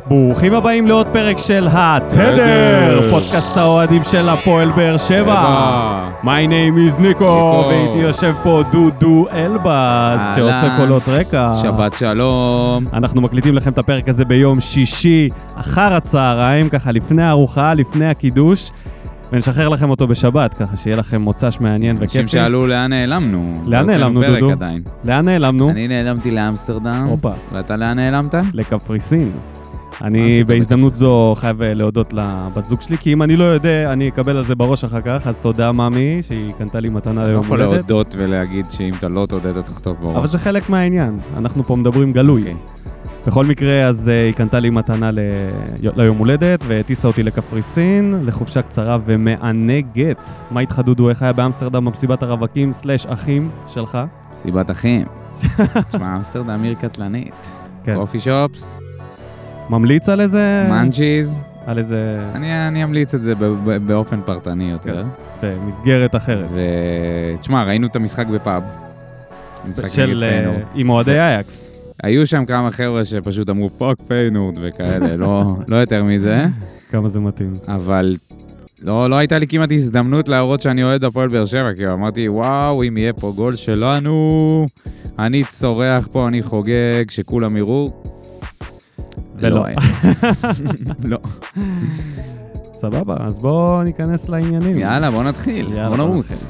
ברוכים הבאים לעוד פרק של התדר, פודקאסט האוהדים של הפועל באר שבע. My name is ניקו, ואיתי יושב פה דודו אלבאז, שעושה קולות רקע. שבת שלום. אנחנו מקליטים לכם את הפרק הזה ביום שישי, אחר הצהריים, ככה לפני הארוחה, לפני הקידוש, ונשחרר לכם אותו בשבת, ככה שיהיה לכם מוצ"ש מעניין וכיפי. אנשים שאלו לאן נעלמנו. לאן נעלמנו, דודו? לאן נעלמנו? אני נעלמתי לאמסטרדם. אופה. ואתה לאן נעלמת? לקפריסין. אני בהזדמנות זו חייב להודות לבת זוג שלי, כי אם אני לא יודע, אני אקבל על זה בראש אחר כך, אז תודה מאמי, שהיא קנתה לי מתנה ליום הולדת. לא יכול להודות ולהגיד שאם אתה לא תודה, אתה תכתוב בראש. אבל זה חלק מהעניין, אנחנו פה מדברים גלוי. בכל מקרה, אז היא קנתה לי מתנה ליום הולדת, והטיסה אותי לקפריסין, לחופשה קצרה ומענגת. מה איתך דודו? איך היה באמסטרדם במסיבת הרווקים / אחים שלך? מסיבת אחים. תשמע, אמסטרדם עיר קטלנית. קופי שופס. ממליץ על איזה... מנצ'יז. על איזה... אני אמליץ את זה באופן פרטני יותר. במסגרת אחרת. תשמע, ראינו את המשחק בפאב. של... עם אוהדי אייקס. היו שם כמה חבר'ה שפשוט אמרו פאק פיינורד וכאלה, לא יותר מזה. כמה זה מתאים. אבל לא הייתה לי כמעט הזדמנות להראות שאני אוהד הפועל באר שבע, כי אמרתי, וואו, אם יהיה פה גול שלנו, אני צורח פה, אני חוגג, שכולם יראו. ולא. לא. סבבה, אז בואו ניכנס לעניינים. יאללה, בואו נתחיל, בואו נרוץ.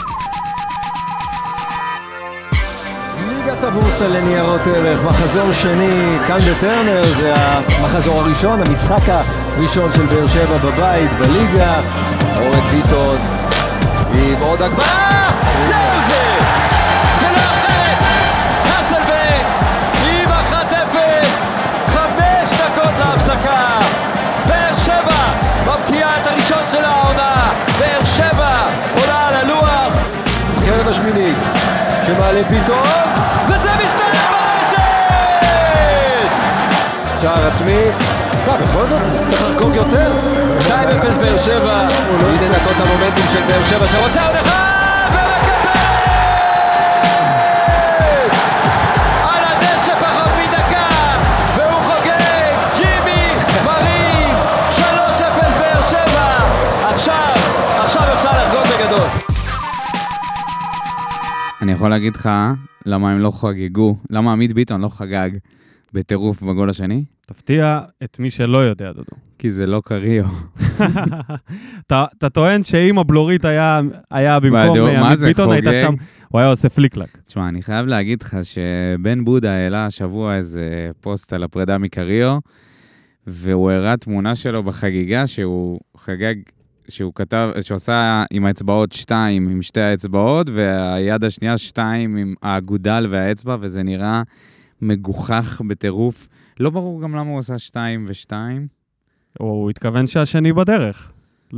ליגת הבורסה לניירות ערך, מחזור שני, כאן בטרנר, זה המחזור הראשון, המשחק הראשון של באר שבע בבית, בליגה. אורד ביטון עם עוד הגבהה, זהו זה! ולא אחרת, הסלבן עם 1-0, 5 דקות להפסקה. באר שבע מבקיעה את הראשון של העונה, באר שבע עולה על הלוח. קרן השמינית שמעלה ביטון, וזה מסתיים ברשת! שער עצמי, בכל זאת צריך לחגוג יותר. 2-0 באר שבע, הנה דקות המומנטים של באר שבע שרוצה עוד אחד, ומקבל! על הדשא פחות מדקה, והוא חוגג, ג'ימי מרים, 3-0 באר שבע. עכשיו אפשר לחגוג בגדול. אני יכול להגיד לך למה הם לא חגגו, למה עמית ביטון לא חגג בטירוף בגול השני? תפתיע את מי שלא יודע, דודו. כי זה לא קריו. אתה טוען שאם הבלורית היה במקום עמית ביטון, היית שם, הוא היה עושה פליקלק. תשמע, אני חייב להגיד לך שבן בודה העלה השבוע איזה פוסט על הפרידה מקריו, והוא הראה תמונה שלו בחגיגה שהוא חגג, שהוא כתב, שהוא עשה עם האצבעות 2, עם שתי האצבעות, והיד השנייה 2 עם האגודל והאצבע, וזה נראה מגוחך בטירוף. לא ברור גם למה הוא עשה 2 ו2. הוא התכוון שהשני בדרך.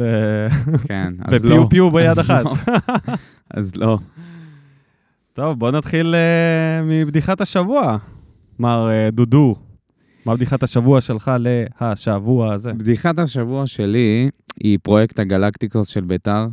כן, אז לא. ופיו פיו ביד אחת. אז לא. טוב, בוא נתחיל מבדיחת השבוע. מר דודו, מה בדיחת השבוע שלך להשבוע הזה? בדיחת השבוע שלי היא פרויקט הגלקטיקוס של ביתר.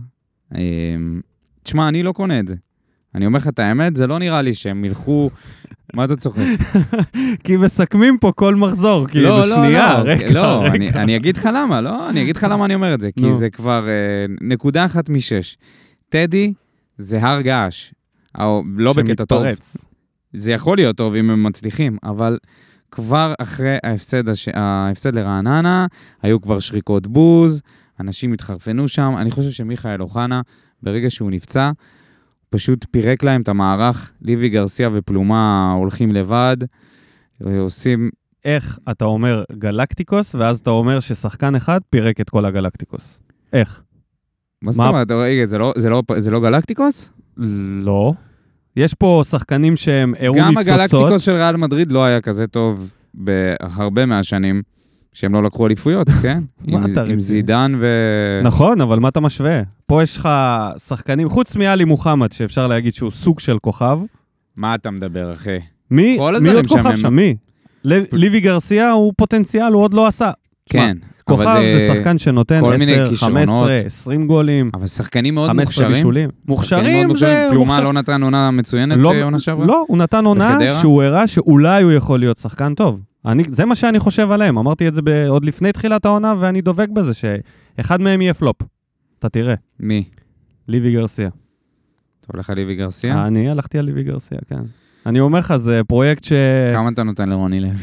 תשמע, אני לא קונה את זה. אני אומר לך את האמת, זה לא נראה לי שהם ילכו... מה אתה צוחק? כי מסכמים פה כל מחזור, כאילו בשנייה, רגע. לא, אני אגיד לך למה, לא? אני אגיד לך למה אני אומר את זה, כי זה כבר 1.1 מ-6. טדי זה הר געש, לא בקטע טוב. זה יכול להיות טוב אם הם מצליחים, אבל כבר אחרי ההפסד לרעננה, היו כבר שריקות בוז, אנשים התחרפנו שם, אני חושב שמיכאל אוחנה, ברגע שהוא נפצע, פשוט פירק להם את המערך, ליבי גרסיה ופלומה הולכים לבד, עושים... איך אתה אומר גלקטיקוס, ואז אתה אומר ששחקן אחד פירק את כל הגלקטיקוס? איך? מה זאת אומרת? רגע, זה לא גלקטיקוס? לא. יש פה שחקנים שהם הראו ניצוצות. גם הגלקטיקוס של ריאל מדריד לא היה כזה טוב בהרבה מהשנים, שהם לא לקחו אליפויות, כן? עם זידן ו... נכון, אבל מה אתה משווה? פה יש לך שחקנים, חוץ מאלי מוחמד, שאפשר להגיד שהוא סוג של כוכב. מה אתה מדבר, אחי? מי עוד כוכב שם? מי? ליבי גרסיה הוא פוטנציאל, הוא עוד לא עשה. כן. כוכב זה שחקן שנותן 10, 15, 20 גולים. אבל שחקנים מאוד מוכשרים. מוכשרים זה... פלומה לא נתן עונה מצוינת עונה שעברה? לא, הוא נתן עונה שהוא הראה שאולי הוא יכול להיות שחקן טוב. זה מה שאני חושב עליהם. אמרתי את זה עוד לפני תחילת העונה, ואני דובק בזה שאחד מהם יהיה פלופ. אתה תראה. מי? ליבי גרסיה. אתה הולך על ליבי גרסיה? אני הלכתי על ליבי גרסיה, כן. אני אומר לך, זה פרויקט כמה אתה נותן לרוני לוי?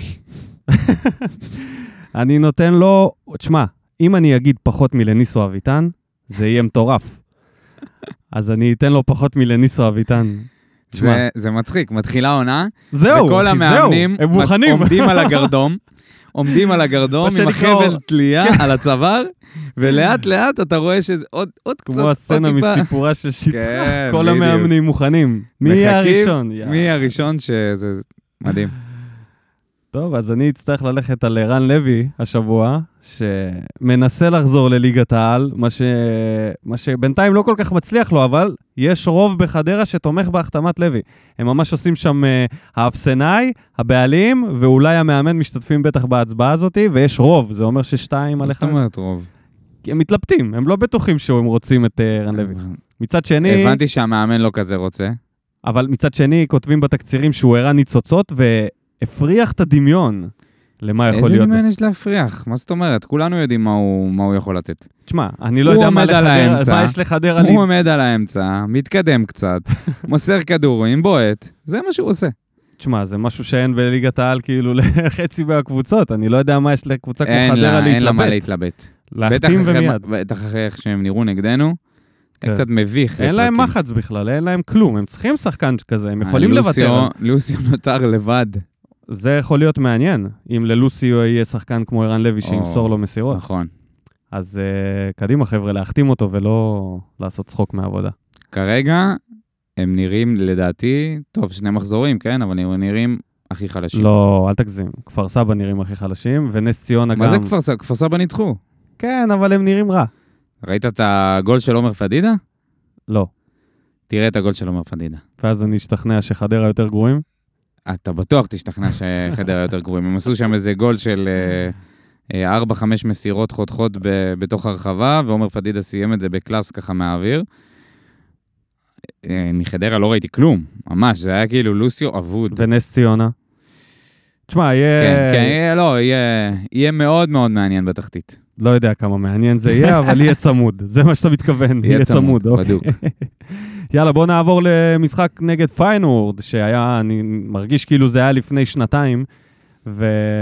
אני נותן לו, תשמע, אם אני אגיד פחות מלניסו אביטן, זה יהיה מטורף. אז אני אתן לו פחות מלניסו אביטן. זה מצחיק, מתחילה עונה, זהו, וכל המאמנים עומדים על הגרדום עם החבל תלייה על הצוואר, ולאט לאט אתה רואה שזה עוד קצת... כמו הסצנה מסיפורה של שפחה, כל המאמנים מוכנים. מי יהיה הראשון? מי יהיה הראשון שזה מדהים. טוב, אז אני אצטרך ללכת על ערן לוי השבוע, שמנסה לחזור לליגת העל, מה שבינתיים לא כל כך מצליח לו, אבל יש רוב בחדרה שתומך בהחתמת לוי. הם ממש עושים שם האפסנאי, הבעלים, ואולי המאמן משתתפים בטח בהצבעה הזאת, ויש רוב, זה אומר ששתיים על אחד. זאת אומרת רוב. הם מתלבטים, הם לא בטוחים שהם רוצים את ערן לוי. מצד שני... הבנתי שהמאמן לא כזה רוצה. אבל מצד שני, כותבים בתקצירים שהוא הראה ניצוצות, הפריח את הדמיון למה יכול להיות. איזה דמיון יש להפריח? מה זאת אומרת? כולנו יודעים מה הוא יכול לתת. תשמע, אני לא יודע מה יש לחדר עלים. הוא עומד על האמצע, מתקדם קצת, מוסר כדורים, בועט, זה מה שהוא עושה. תשמע, זה משהו שאין בליגת העל כאילו לחצי מהקבוצות, אני לא יודע מה יש לקבוצה כמו חדרה להתלבט. אין לה מה להתלבט. להחתים ומיד. בטח אחרי איך שהם נראו נגדנו, קצת מביך. אין להם מחץ בכלל, אין להם כלום, הם צריכים שחקן כזה, הם יכולים לוותר. לוסיו נותר לבד. זה יכול להיות מעניין, אם ללוסיו יהיה שחקן כמו ערן לוי שימסור לו מסירות. נכון. אז קדימה חבר'ה, להחתים אותו ולא לעשות צחוק מהעבודה. כרגע הם נראים לדעתי, טוב, 2 מחזורים, כן? אבל הם נראים הכי חלשים. לא, אל תגזים. כפר סבא נראים הכי חלשים, ונס ציונה גם... מה זה כפר סבא? כפר סבא ניצחו. כן, אבל הם נראים רע. ראית את הגול של עומר פדידה? לא. תראה את הגול של עומר פדידה. ואז אני אשתכנע שחדרה יותר גרועים? אתה בטוח תשתכנע שחדרה יותר גרועים. הם עשו שם איזה גול של 4-5 מסירות חותכות בתוך הרחבה, ועומר פדידה סיים את זה בקלאס ככה מהאוויר. מחדרה לא ראיתי כלום, ממש, זה היה כאילו לוסיו אבוד. ונס ציונה? תשמע, יהיה מאוד מאוד מעניין בתחתית. לא יודע כמה מעניין זה יהיה, אבל יהיה צמוד. זה מה שאתה מתכוון, יהיה צמוד. בדוק. יאללה, בוא נעבור למשחק נגד פיינורד, שהיה, אני מרגיש כאילו זה היה לפני 2 אני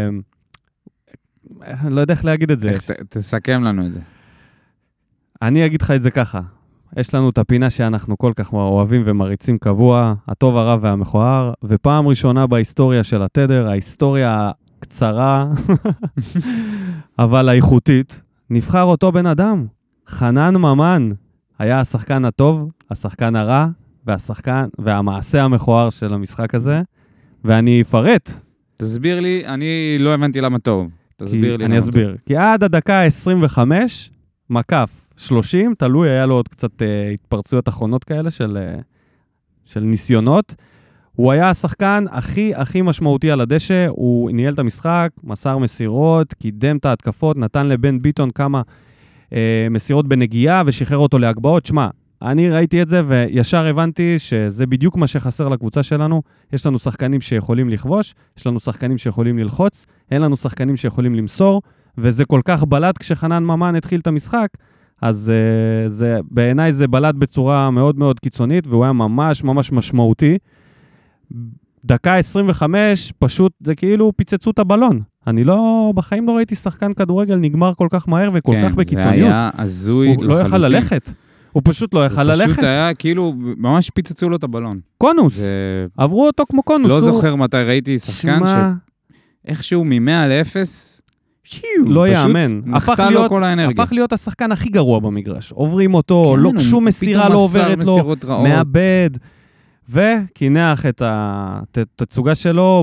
לא יודע איך להגיד את זה. תסכם לנו את זה. אני אגיד לך את זה ככה. יש לנו את הפינה שאנחנו כל כך אוהבים ומריצים קבוע, הטוב, הרע והמכוער, ופעם ראשונה בהיסטוריה של התדר, ההיסטוריה קצרה, אבל האיכותית, נבחר אותו בן אדם, חנן ממן, היה השחקן הטוב, השחקן הרע, והמעשה המכוער של המשחק הזה, ואני אפרט. תסביר לי, אני לא הבנתי למה טוב. תסביר לי. אני אסביר. כי עד הדקה 25, מקף 30, תלוי, היה לו עוד קצת התפרצויות אחרונות כאלה של ניסיונות. הוא היה השחקן הכי משמעותי על הדשא, הוא ניהל את המשחק, מסר מסירות, קידם את ההתקפות, נתן לבן ביטון כמה מסירות בנגיעה ושחרר אותו להגבעות. שמה, אני ראיתי את זה וישר הבנתי שזה בדיוק מה שחסר לקבוצה שלנו. יש לנו שחקנים שיכולים לכבוש, יש לנו שחקנים שיכולים ללחוץ, אין לנו שחקנים שיכולים למסור, וזה כל כך בלט כשחנן ממן התחיל את המשחק, אז בעיניי זה בלט בצורה מאוד מאוד קיצונית, והוא היה ממש ממש משמעותי. דקה 25, פשוט זה כאילו פיצצו את הבלון. אני בחיים לא ראיתי שחקן כדורגל נגמר כל כך מהר וכל כך בקיצוניות. כן, זה היה הזוי לחלוטין. הוא לא יכל ללכת. הוא פשוט לא יכל ללכת. זה פשוט היה כאילו, ממש פיצצו לו את הבלון. קונוס. עברו אותו כמו קונוס. לא זוכר מתי ראיתי שחקן שאיכשהו מ-100 ל-0, לא יאמן. נחתה לו כל האנרגיה. הפך להיות השחקן הכי גרוע במגרש. עוברים אותו, שום מסירה לא עוברת לו, מאבד. וכינח את התצוגה שלו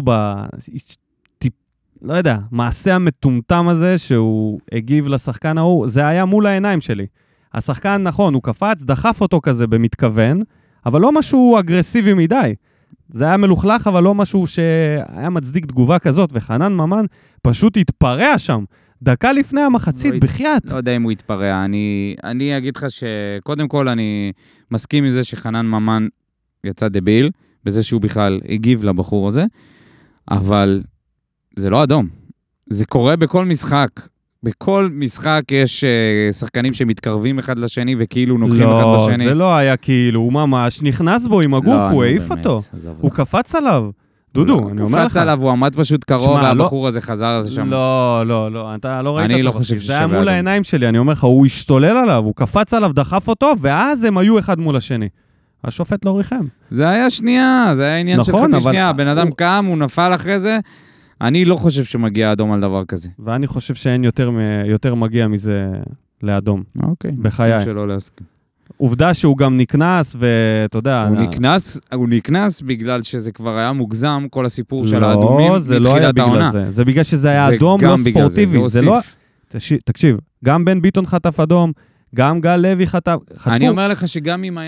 לא יודע, מעשה המטומטם הזה שהוא הגיב לשחקן ההוא, זה היה מול העיניים שלי. השחקן, נכון, הוא קפץ, דחף אותו כזה במתכוון, אבל לא משהו אגרסיבי מדי. זה היה מלוכלך, אבל לא משהו שהיה מצדיק תגובה כזאת, וחנן ממן פשוט התפרע שם. דקה לפני המחצית, בחייאת. לא יודע אם הוא התפרע. אני אגיד לך שקודם כל אני מסכים עם זה שחנן ממן יצא דביל, בזה שהוא בכלל הגיב לבחור הזה, אבל זה לא אדום. זה קורה בכל משחק. בכל משחק יש שחקנים שמתקרבים אחד לשני וכאילו נוקחים אחד בשני. לא, זה לא היה כאילו, הוא ממש נכנס בו עם הגוף, הוא העיף אותו. הוא קפץ עליו. דודו, אני אומר לך. קפץ עליו, הוא עמד פשוט קרוב, והבחור הזה חזר שם. לא, אתה לא ראית אותו. אני לא חושב זה היה מול העיניים שלי, אני אומר לך, הוא השתולל עליו, הוא קפץ עליו, דחף אותו, ואז הם היו אחד מול השני. השופט לא ריחם. זה היה שנייה, זה היה עניין של חצי שנייה. הבן אדם קם, הוא נפל אחרי זה. אני לא חושב שמגיע אדום על דבר כזה. ואני חושב שאין יותר מגיע מזה לאדום. אוקיי. בחיי. שלא להסכים. עובדה שהוא גם נקנס, ואתה יודע... הוא נקנס בגלל שזה כבר היה מוגזם, כל הסיפור של האדומים מתחילת העונה. לא, זה לא היה בגלל זה. זה בגלל שזה היה אדום לא ספורטיבי. זה לא... תקשיב, גם בן ביטון חטף אדום, גם גל לוי חטף... אני אומר לך שגם אם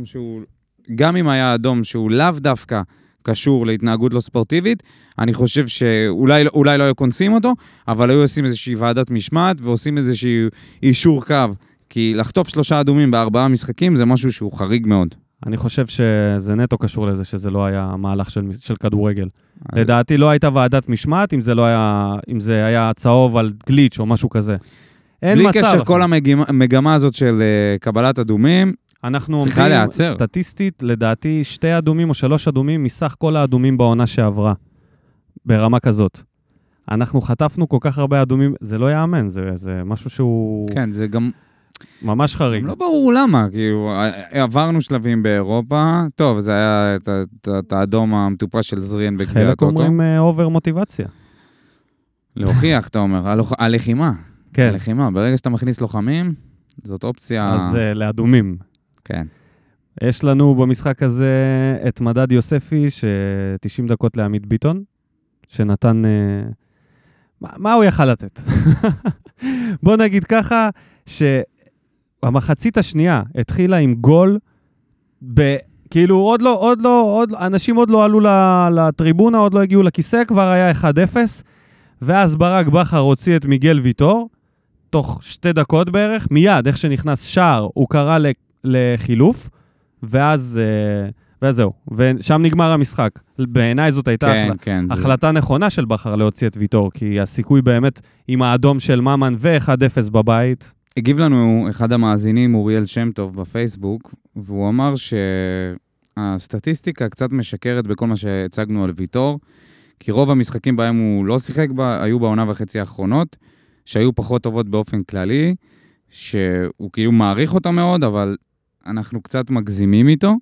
היה אדום שהוא לאו דווקא קשור להתנהגות לא ספורטיבית, אני חושב שאולי לא היו כונסים אותו, אבל היו עושים איזושהי ועדת משמעת, ועושים איזשהו אישור קו. כי לחטוף 3 אדומים ב4 משחקים זה משהו שהוא חריג מאוד. אני חושב שזה נטו קשור לזה שזה לא היה מהלך של כדורגל. לדעתי לא הייתה ועדת משמעת אם זה היה צהוב על גליץ' או משהו כזה. אין מצב. בלי קשר כל המגמה הזאת של קבלת אדומים, אנחנו עומדים סטטיסטית, לדעתי 2 אדומים או 3 אדומים מסך כל האדומים בעונה שעברה. ברמה כזאת. אנחנו חטפנו כל כך הרבה אדומים, זה לא יאמן, זה משהו שהוא... כן, זה גם... ממש חריג. לא ברור למה, כאילו, עברנו שלבים באירופה, טוב, זה היה את האדום המטופש של זרין בגביע הטוטו. חלק אומרים אובר מוטיבציה. להוכיח, אתה אומר, הלחימה. כן. הלחימה, ברגע שאתה מכניס לוחמים, זאת אופציה... אז לאדומים. כן. יש לנו במשחק הזה את מדד יוספי, ש90 דקות לעמית ביטון, שנתן... מה הוא יכל לתת? בוא נגיד ככה, שהמחצית השנייה התחילה עם גול, כאילו אנשים עוד לא עלו לטריבונה, עוד לא הגיעו לכיסא, כבר היה 1-0, ואז ברק בכר הוציא את מיגל ויטור, תוך 2 דקות בערך, מיד, איך שנכנס שער, הוא קרא לחילוף, ואז זהו. ושם נגמר המשחק. בעיניי זאת הייתה החלטה נכונה של בכר להוציא את ויטור, כי הסיכוי באמת עם האדום של ממן ו1-0 בבית. הגיב לנו אחד המאזינים, אוריאל שם טוב, בפייסבוק, והוא אמר שהסטטיסטיקה קצת משקרת בכל מה שהצגנו על ויטור, כי רוב המשחקים בהם הוא לא שיחק בה, היו בעונה וחצי האחרונות, שהיו פחות טובות באופן כללי, שהוא כאילו מעריך אותו מאוד, אבל אנחנו קצת מגזימים איתו,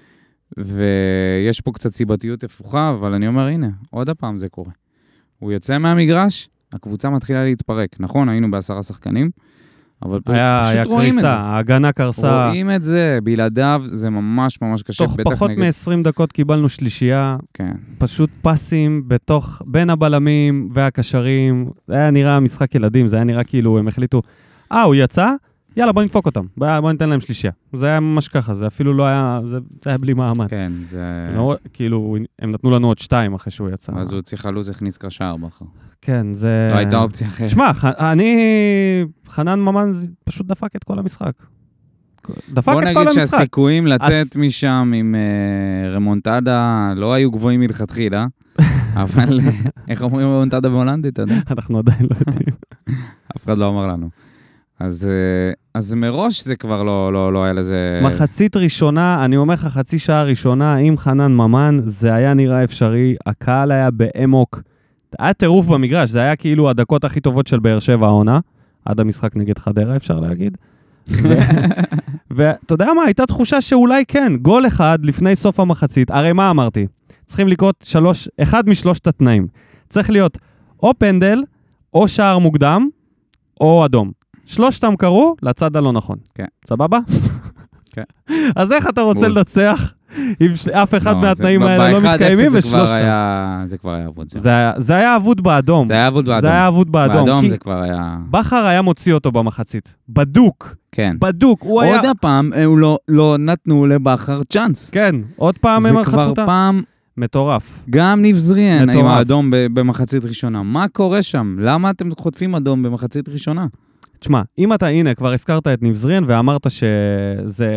ויש פה קצת סיבתיות הפוכה, אבל אני אומר, הנה, עוד הפעם זה קורה. הוא יוצא מהמגרש, הקבוצה מתחילה להתפרק. נכון, היינו ב10 שחקנים, אבל פשוט רואים את זה. ההגנה קרסה. רואים את זה, בלעדיו זה ממש ממש קשה. תוך פחות מ-20 דקות קיבלנו שלישייה, כן. פשוט פסים בין הבלמים והקשרים, זה היה נראה משחק ילדים, זה היה נראה כאילו הם החליטו, הוא יצא, יאללה בוא נדפוק אותם, בוא ניתן להם שלישייה. זה היה ממש ככה, זה אפילו לא היה, זה היה בלי מאמץ. כן, זה... כאילו, הם נתנו לנו עוד 2 אחרי שהוא יצא. אז הוא צריך לוז הכניס קשר בכר. כן, זה... לא הייתה אופציה אחרת. שמע, חנן ממן פשוט דפק את כל המשחק. דפק את כל המשחק. בוא נגיד שהסיכויים לצאת משם עם רמונטדה לא היו גבוהים מלכתחילה, אבל איך אומרים רמונטדה בהולנדית, אתה יודע? אנחנו עדיין לא יודעים. אף אחד לא אמר לנו. אז מראש זה כבר לא היה לזה... מחצית ראשונה, אני אומר לך חצי שעה ראשונה, עם חנן ממן, זה היה נראה אפשרי, הקהל היה באמוק, היה טירוף במגרש, זה היה כאילו הדקות הכי טובות של באר שבע העונה, עד המשחק נגד חדרה אפשר להגיד. ואתה יודע מה, הייתה תחושה שאולי כן, גול אחד לפני סוף המחצית, הרי מה אמרתי? צריכים לקרות 1 משלושת התנאים. צריך להיות או פנדל, או שער מוקדם, או אדום. 3 קרו לצד הלא נכון. כן. סבבה? כן. אז איך אתה רוצה לנצח אם אף אחד מהתנאים האלה לא מתקיימים ושלושתם? זה כבר היה אבוד. זה היה אבוד באדום. זה היה אבוד באדום. זה היה אבוד באדום. באדום זה כבר היה... בכר היה מוציא אותו במחצית. בדוק. כן. בדוק. עוד הפעם, לא נתנו לבכר צ'אנס. כן. עוד פעם הם חטפו אותה. זה כבר פעם... מטורף. גם ניב זריאן עם האדום במחצית ראשונה. מה קורה שם? למה אתם חוטפים אדום במחצית ראשונה? תשמע, אם אתה, הנה, כבר הזכרת את ניב זריאן ואמרת שזה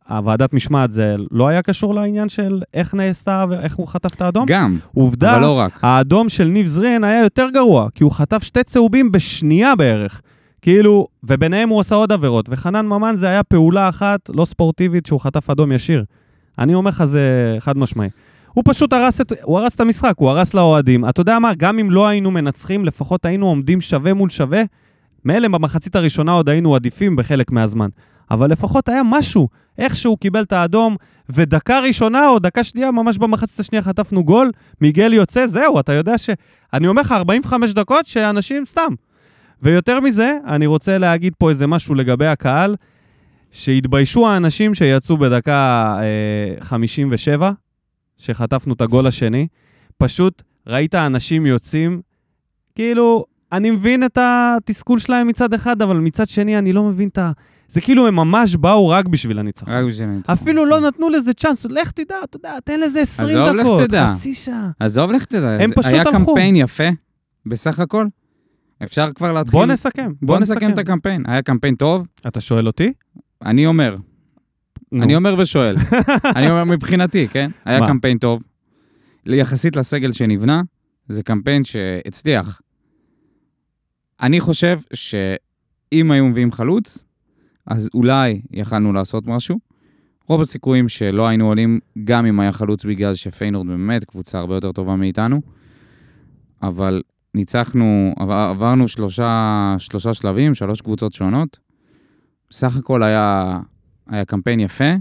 הוועדת משמעת זה לא היה קשור לעניין של איך נעשתה ואיך הוא חטף את האדום? גם, עובדה, אבל לא רק. האדום של ניב זרין היה יותר גרוע, כי הוא חטף 2 צהובים בשנייה בערך. כאילו, וביניהם הוא עשה עוד עבירות, וחנן ממן זה היה פעולה אחת לא ספורטיבית שהוא חטף אדום ישיר. אני אומר לך זה חד משמעי. הוא פשוט הרס את המשחק, הוא הרס לאוהדים. אתה יודע מה, גם אם לא היינו מנצחים, לפחות היינו עומדים שווה מול שווה, מאלה במחצית הראשונה עוד היינו עדיפים בחלק מהזמן. אבל לפחות היה משהו, איך שהוא קיבל את האדום, ודקה ראשונה או דקה שנייה, ממש במחצית השנייה חטפנו גול, מיגל יוצא, זהו, אתה יודע אני אומר לך 45 דקות שאנשים סתם. ויותר מזה, אני רוצה להגיד פה איזה משהו לגבי הקהל, שהתביישו האנשים שיצאו בדקה 57, שחטפנו את הגול השני, פשוט ראית האנשים יוצאים, כאילו, אני מבין את התסכול שלהם מצד אחד, אבל מצד שני אני לא מבין זה כאילו הם ממש באו רק בשביל הניצחון. רק בשביל הניצחון. אפילו לא נתנו לזה צ'אנס, לך תדע, אתה יודע, תן לזה 20 דקות, חצי שעה. עזוב לך תדע. הם פשוט היה הלכו. קמפיין יפה, בסך הכל. אפשר כבר להתחיל. בוא נסכם את הקמפיין. היה קמפיין טוב. אתה שואל אותי? אני אומר. אני אומר ושואל. אני אומר מבחינתי, כן? היה קמפיין טוב. יחסית לסגל שנבנה, זה קמפיין שהצליח. אני חושב שאם היו מביאים חלוץ, אז אולי יכלנו לעשות משהו. רוב הסיכויים שלא היינו עולים גם אם היה חלוץ בגלל שפיינורד באמת קבוצה הרבה יותר טובה מאיתנו. אבל ניצחנו, עברנו שלושה שלבים, 3 קבוצות שונות. בסך הכל היה קמפיין יפה.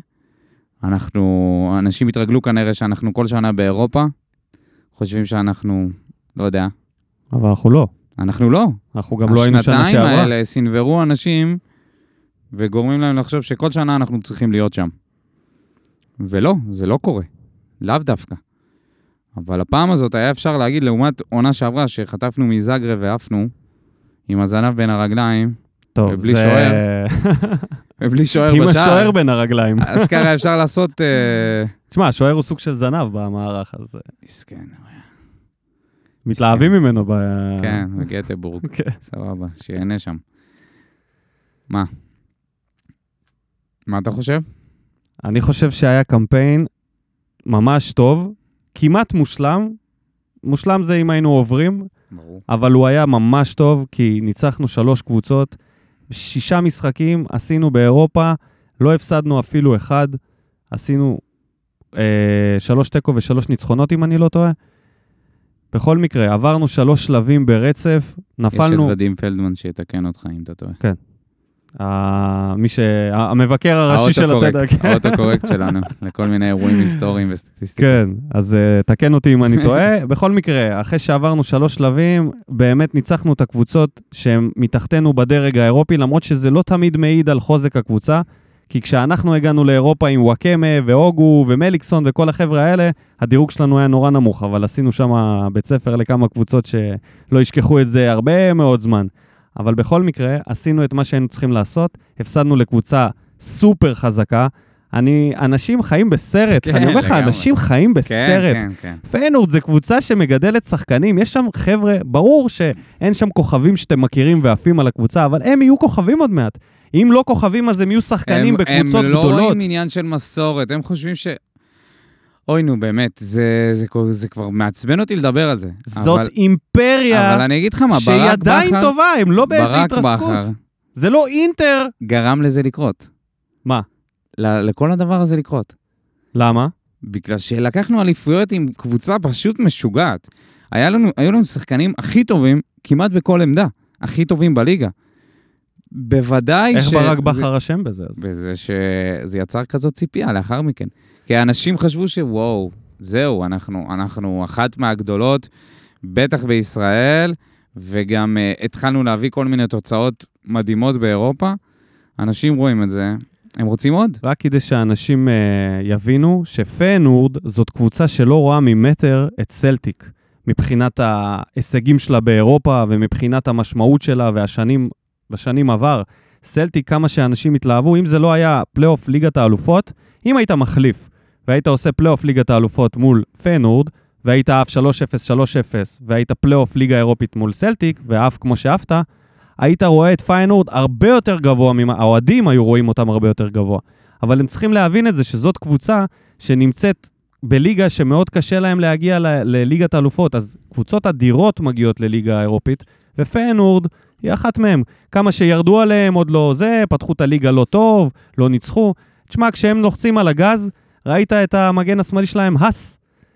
אנשים התרגלו כנראה שאנחנו כל שנה באירופה. חושבים שאנחנו, לא יודע. אבל אנחנו לא. אנחנו לא. אנחנו גם לא היינו שנה שעברה. השנתיים האלה סנברו אנשים וגורמים להם לחשוב שכל שנה אנחנו צריכים להיות שם. ולא, זה לא קורה. לאו דווקא. אבל הפעם הזאת היה אפשר להגיד, לעומת עונה שעברה שחטפנו מזאגרב ועפנו, עם הזנב בין הרגליים, טוב, ובלי שוער. ובלי שוער בשער. עם השוער בין הרגליים. אשכרה אפשר לעשות... תשמע, השוער הוא סוג של זנב במערך הזה. מסכן. מתלהבים ממנו ב... כן, בגטבורג. סבבה, שיהנה שם. מה? מה אתה חושב? אני חושב שהיה קמפיין ממש טוב, כמעט מושלם. מושלם זה אם היינו עוברים, ברור. אבל הוא היה ממש טוב, כי ניצחנו 3 קבוצות, 6 משחקים, עשינו באירופה, לא הפסדנו אפילו 1, עשינו 3 תיקו ו3 ניצחונות, אם אני לא טועה. בכל מקרה, עברנו 3 שלבים ברצף, נפלנו... יש את ודים פלדמן שיתקן אותך, אם אתה טועה. כן. המבקר הראשי של התדק. האוטו-קורקט שלנו, לכל מיני אירועים היסטוריים וסטטיסטיים. כן, אז תקן אותי אם אני טועה. בכל מקרה, אחרי שעברנו 3 שלבים, באמת ניצחנו את הקבוצות שהן מתחתנו בדרג האירופי, למרות שזה לא תמיד מעיד על חוזק הקבוצה, כי כשאנחנו הגענו לאירופה עם וואקמה ואוגו ומליקסון וכל החבר'ה האלה, הדירוג שלנו היה נורא נמוך, אבל עשינו שם בית ספר לכמה קבוצות שלא ישכחו את זה הרבה מאוד זמן. אבל בכל מקרה, עשינו את מה שהיינו צריכים לעשות, הפסדנו לקבוצה סופר חזקה, אנשים חיים בסרט, אני אומר לך, אנשים חיים בסרט. פיינורד זה קבוצה שמגדלת שחקנים, יש שם חבר'ה, ברור שאין שם כוכבים שאתם מכירים ועפים על הקבוצה, אבל הם יהיו כוכבים עוד מעט. אם לא כוכבים, אז הם יהיו שחקנים בקבוצות גדולות. הם לא רואים עניין של מסורת, הם חושבים ש... אוי נו, באמת, זה כבר מעצבן אותי לדבר על זה. זאת אימפריה אבל אני אגיד לך מה, שהיא עדיין טובה, הם לא באיזה התרסקות. זה לא אינטר. גרם לזה לקרות. מה? לכל הדבר הזה לקרות. למה? בגלל שלקחנו אליפויות עם קבוצה פשוט משוגעת. היו לנו שחקנים הכי טובים, כמעט בכל עמדה. הכי טובים בליגה. בוודאי איך ברק בחר השם בזה? בזה שזה יצר כזאת ציפייה לאחר מכן. כי האנשים חשבו שוואו, זהו, אנחנו אחת מהגדולות, בטח בישראל, וגם התחלנו להביא כל מיני תוצאות מדהימות באירופה. אנשים רואים את זה, הם רוצים עוד. רק כדי שאנשים יבינו שפיינורד זאת קבוצה שלא רואה ממטר את סלטיק, מבחינת ההישגים שלה באירופה, ומבחינת המשמעות שלה והשנים עבר. סלטיק, כמה שאנשים התלהבו, אם זה לא היה פלייאוף ליגת האלופות, אם היית מחליף, והיית עושה פלייאוף ליגת האלופות מול פיינורד, והיית אף 3-0, 3-0, והיית פלייאוף ליגה אירופית מול סלטיק, ואף כמו שאהבת, היית רואה את פיינורד הרבה יותר גבוה, האוהדים היו רואים אותם הרבה יותר גבוה. אבל הם צריכים להבין את זה, שזאת קבוצה שנמצאת בליגה שמאוד קשה להם להגיע לליגת האלופות, אז קבוצות אדירות מגיעות לליגה האירופית, ופיינורד היא אחת מהם. כמה שירדו עליהם עוד לא זה, פתחו את הליגה לא טוב, לא ניצחו. תשמע, כשהם לוחצים על הגז, ראית את המגן השמאלי שלהם, הס.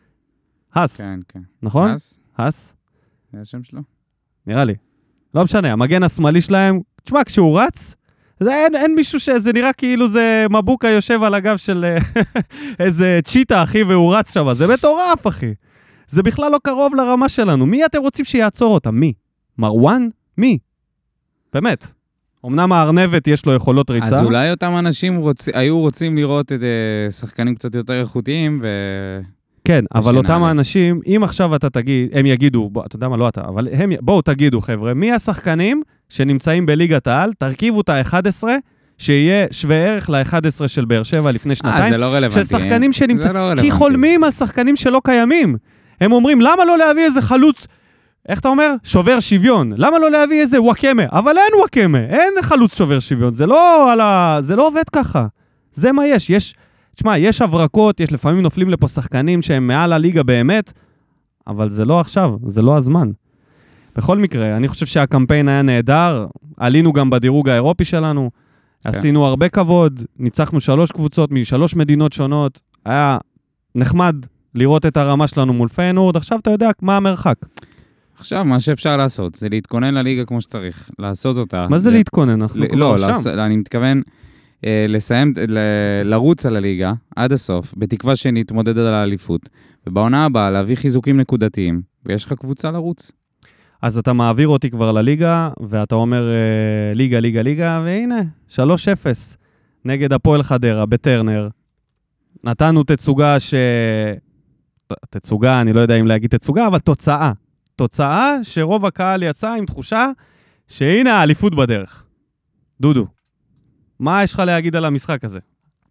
כן, כן. נכון? הס. זה השם שלו? נראה לי. לא משנה, המגן השמאלי שלהם, תשמע, כשהוא רץ, אין מישהו שזה נראה כאילו זה מבוקה יושב על הגב של איזה צ'יטה, אחי, והוא רץ שם. זה מטורף, אחי. זה בכלל לא קרוב לרמה שלנו. מי אתם רוצים שיעצור אותם? מי? מרואן? מי? באמת. אמנם הארנבת יש לו יכולות ריצה. אז אולי אותם אנשים היו רוצים לראות את שחקנים קצת יותר איכותיים כן, אבל אותם האנשים, אם עכשיו אתה תגיד, הם יגידו, אתה יודע מה, לא אתה, אבל בואו תגידו, חבר'ה, מי השחקנים שנמצאים בליגת העל, תרכיבו את ה-11, שיהיה שווה ערך ל-11 של באר שבע לפני שנתיים. זה לא רלוונטי. של שחקנים שנמצאים, כי חולמים על שחקנים שלא קיימים. הם אומרים, למה לא להביא איזה חלוץ, איך אתה אומר? שובר שוויון. למה לא להביא איזה וואקמה? אבל אין וואקמה, אין חלוץ שובר שוויון. זה לא עובד ככה. זה מה יש. תשמע, יש הברקות, יש לפעמים נופלים לפה שחקנים שהם מעל הליגה באמת, אבל זה לא עכשיו, זה לא הזמן. בכל מקרה, אני חושב שהקמפיין היה נהדר, עלינו גם בדירוג האירופי שלנו, עשינו הרבה כבוד, ניצחנו 3 קבוצות מ3 מדינות שונות, היה נחמד לראות את הרמה שלנו מול פיינורד, עכשיו אתה יודע מה המרחק. עכשיו, מה שאפשר לעשות, זה להתכונן לליגה כמו שצריך, לעשות אותה. מה זה להתכונן? לא, אני מתכוון לסיים, לרוץ על הליגה עד הסוף, בתקווה שנתמודד על האליפות, ובעונה הבאה להביא חיזוקים נקודתיים, ויש לך קבוצה לרוץ. אז אתה מעביר אותי כבר לליגה, ואתה אומר ליגה, והנה, 3-0 נגד הפועל חדרה, בטרנר. נתנו תצוגה, אני לא יודע אם להגיד תצוגה, אבל תוצאה שרוב הקהל יצא עם תחושה שהנה האליפות בדרך. דודו, מה יש לך להגיד על המשחק הזה?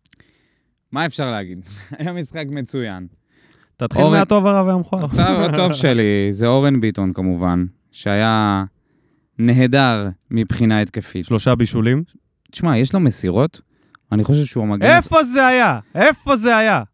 מה אפשר להגיד? היה משחק מצוין. תתחיל מהטוב הרע והמכוער. הטוב שלי זה אורן ביטון כמובן, שהיה נהדר מבחינה התקפית. 3 בישולים. תשמע, יש לו מסירות, אני חושב שהוא המגן... איפה זה היה?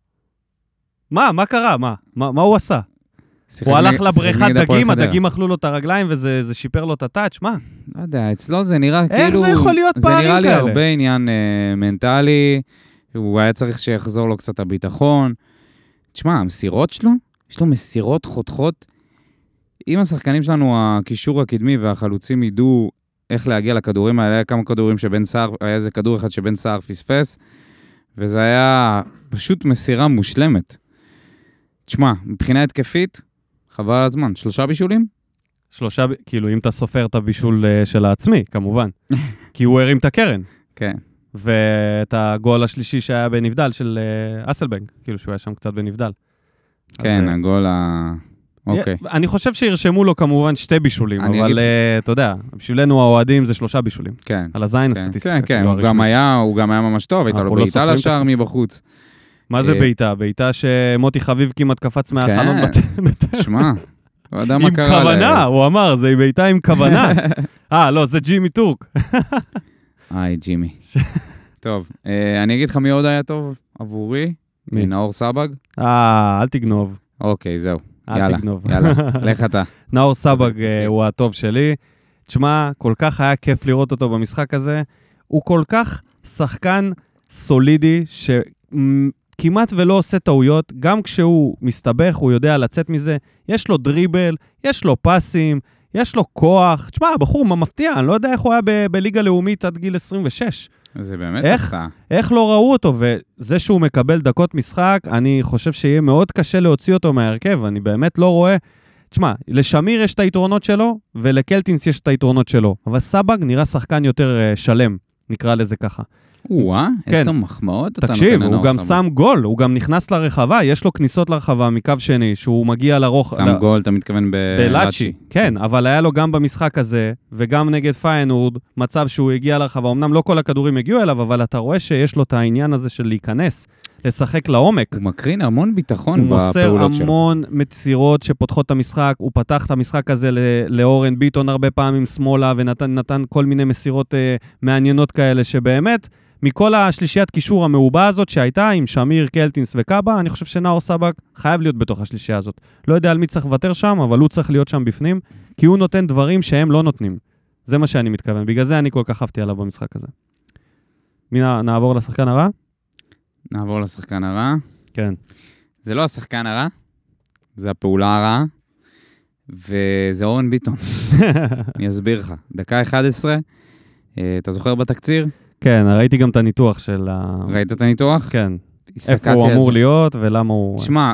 מה קרה? מה הוא עשה? הוא הלך לבריכת דגים, הדגים אכלו לו את הרגליים וזה שיפר לו את הטאץ', מה? לא יודע, אצלו זה נראה כאילו... איך זה יכול להיות פערים כאלה? זה נראה לי הרבה עניין מנטלי, הוא היה צריך שיחזור לו קצת הביטחון. תשמע, המסירות שלו, יש לו מסירות חותכות. אם השחקנים שלנו, הקישור הקדמי והחלוצים ידעו איך להגיע לכדורים האלה, היה כמה כדורים שבן סער, היה איזה כדור אחד שבן סער פספס, וזה היה פשוט מסירה מושלמת. תשמע, מבחינה התקפית, חבל על הזמן, 3 בישולים? 3, כאילו, אם אתה סופר את הבישול של העצמי, כמובן. כי הוא הרים את הקרן. כן. ואת הגול השלישי שהיה בנבדל של אסלבנק, כאילו שהוא היה שם קצת בנבדל. כן, הגול אוקיי. אני חושב שירשמו לו כמובן 2 בישולים, אבל אתה יודע, בשבילנו האוהדים זה 3 בישולים. כן. על הזין הסטטיסטיקה. כן, הוא גם היה ממש טוב, הייתה לו בעיטה לשער מבחוץ. מה זה בעיטה? בעיטה שמוטי חביב כמעט קפץ מהחלון. שמע, לא יודע מה קרה. עם כוונה, הוא אמר, זה בעיטה עם כוונה. לא, זה ג'ימי טורק. ג'ימי. טוב, אני אגיד לך מי עוד היה טוב עבורי? נאור סבג. אל תגנוב. אוקיי, זהו. אל תגנוב. יאללה, לך אתה. נאור סבג הוא הטוב שלי. תשמע, כל כך היה כיף לראות אותו במשחק הזה. הוא כל כך שחקן סולידי, שכמעט ולא עושה טעויות. גם כשהוא מסתבך, הוא יודע לצאת מזה. יש לו דריבל, יש לו פסים, יש לו כוח. תשמע, הבחור מפתיע, אני לא יודע איך הוא היה בליגה לאומית עד גיל 26. זה באמת הפתעה. איך לא ראו אותו, וזה שהוא מקבל דקות משחק, אני חושב שיהיה מאוד קשה להוציא אותו מהרכב, אני באמת לא רואה. תשמע, לשמיר יש את היתרונות שלו, ולקלטינס יש את היתרונות שלו, אבל סבג נראה שחקן יותר שלם, נקרא לזה ככה. איזה מחמאות אתה נותן תקשיב, לנאור הוא גם סבג. שם גול, הוא גם נכנס לרחבה, יש לו כניסות לרחבה מקו שני, שהוא מגיע לרוחב. שם גול, אתה מתכוון בלאצ'י. כן, אבל היה לו גם במשחק הזה, וגם נגד פיינורד, מצב שהוא הגיע לרחבה. אמנם לא כל הכדורים הגיעו אליו, אבל אתה רואה שיש לו את העניין הזה של להיכנס, לשחק לעומק. הוא מקרין המון ביטחון בפעולות שלו. הוא מוסר המון מצירות שפותחות את המשחק, הוא פתח את המשחק הזה לאורן ביטון הרבה פעמים שמאלה, ונתן כל מיני מסירות מעניינות כאלה, שבאמת מכל השלישיית קישור המעובה הזאת שהייתה עם שמיר, קלטינס וקאבה, אני חושב שנאור סבק חייב להיות בתוך השלישייה הזאת. לא יודע על מי צריך לוותר שם, אבל הוא צריך להיות שם בפנים, כי הוא נותן דברים שהם לא נותנים. זה מה שאני מתכוון. בגלל זה אני כל כך אהבתי עליו במשחק הזה. נעבור לשחקן הרע? נעבור לשחקן הרע. כן. זה לא השחקן הרע, זה הפעולה הרעה, וזה אורן ביטון. אני אסביר לך. דקה 11, אתה זוכר בתקציר? כן, ראיתי גם את הניתוח של ראית את הניתוח? כן. איפה הוא אמור להיות ולמה הוא... שמע,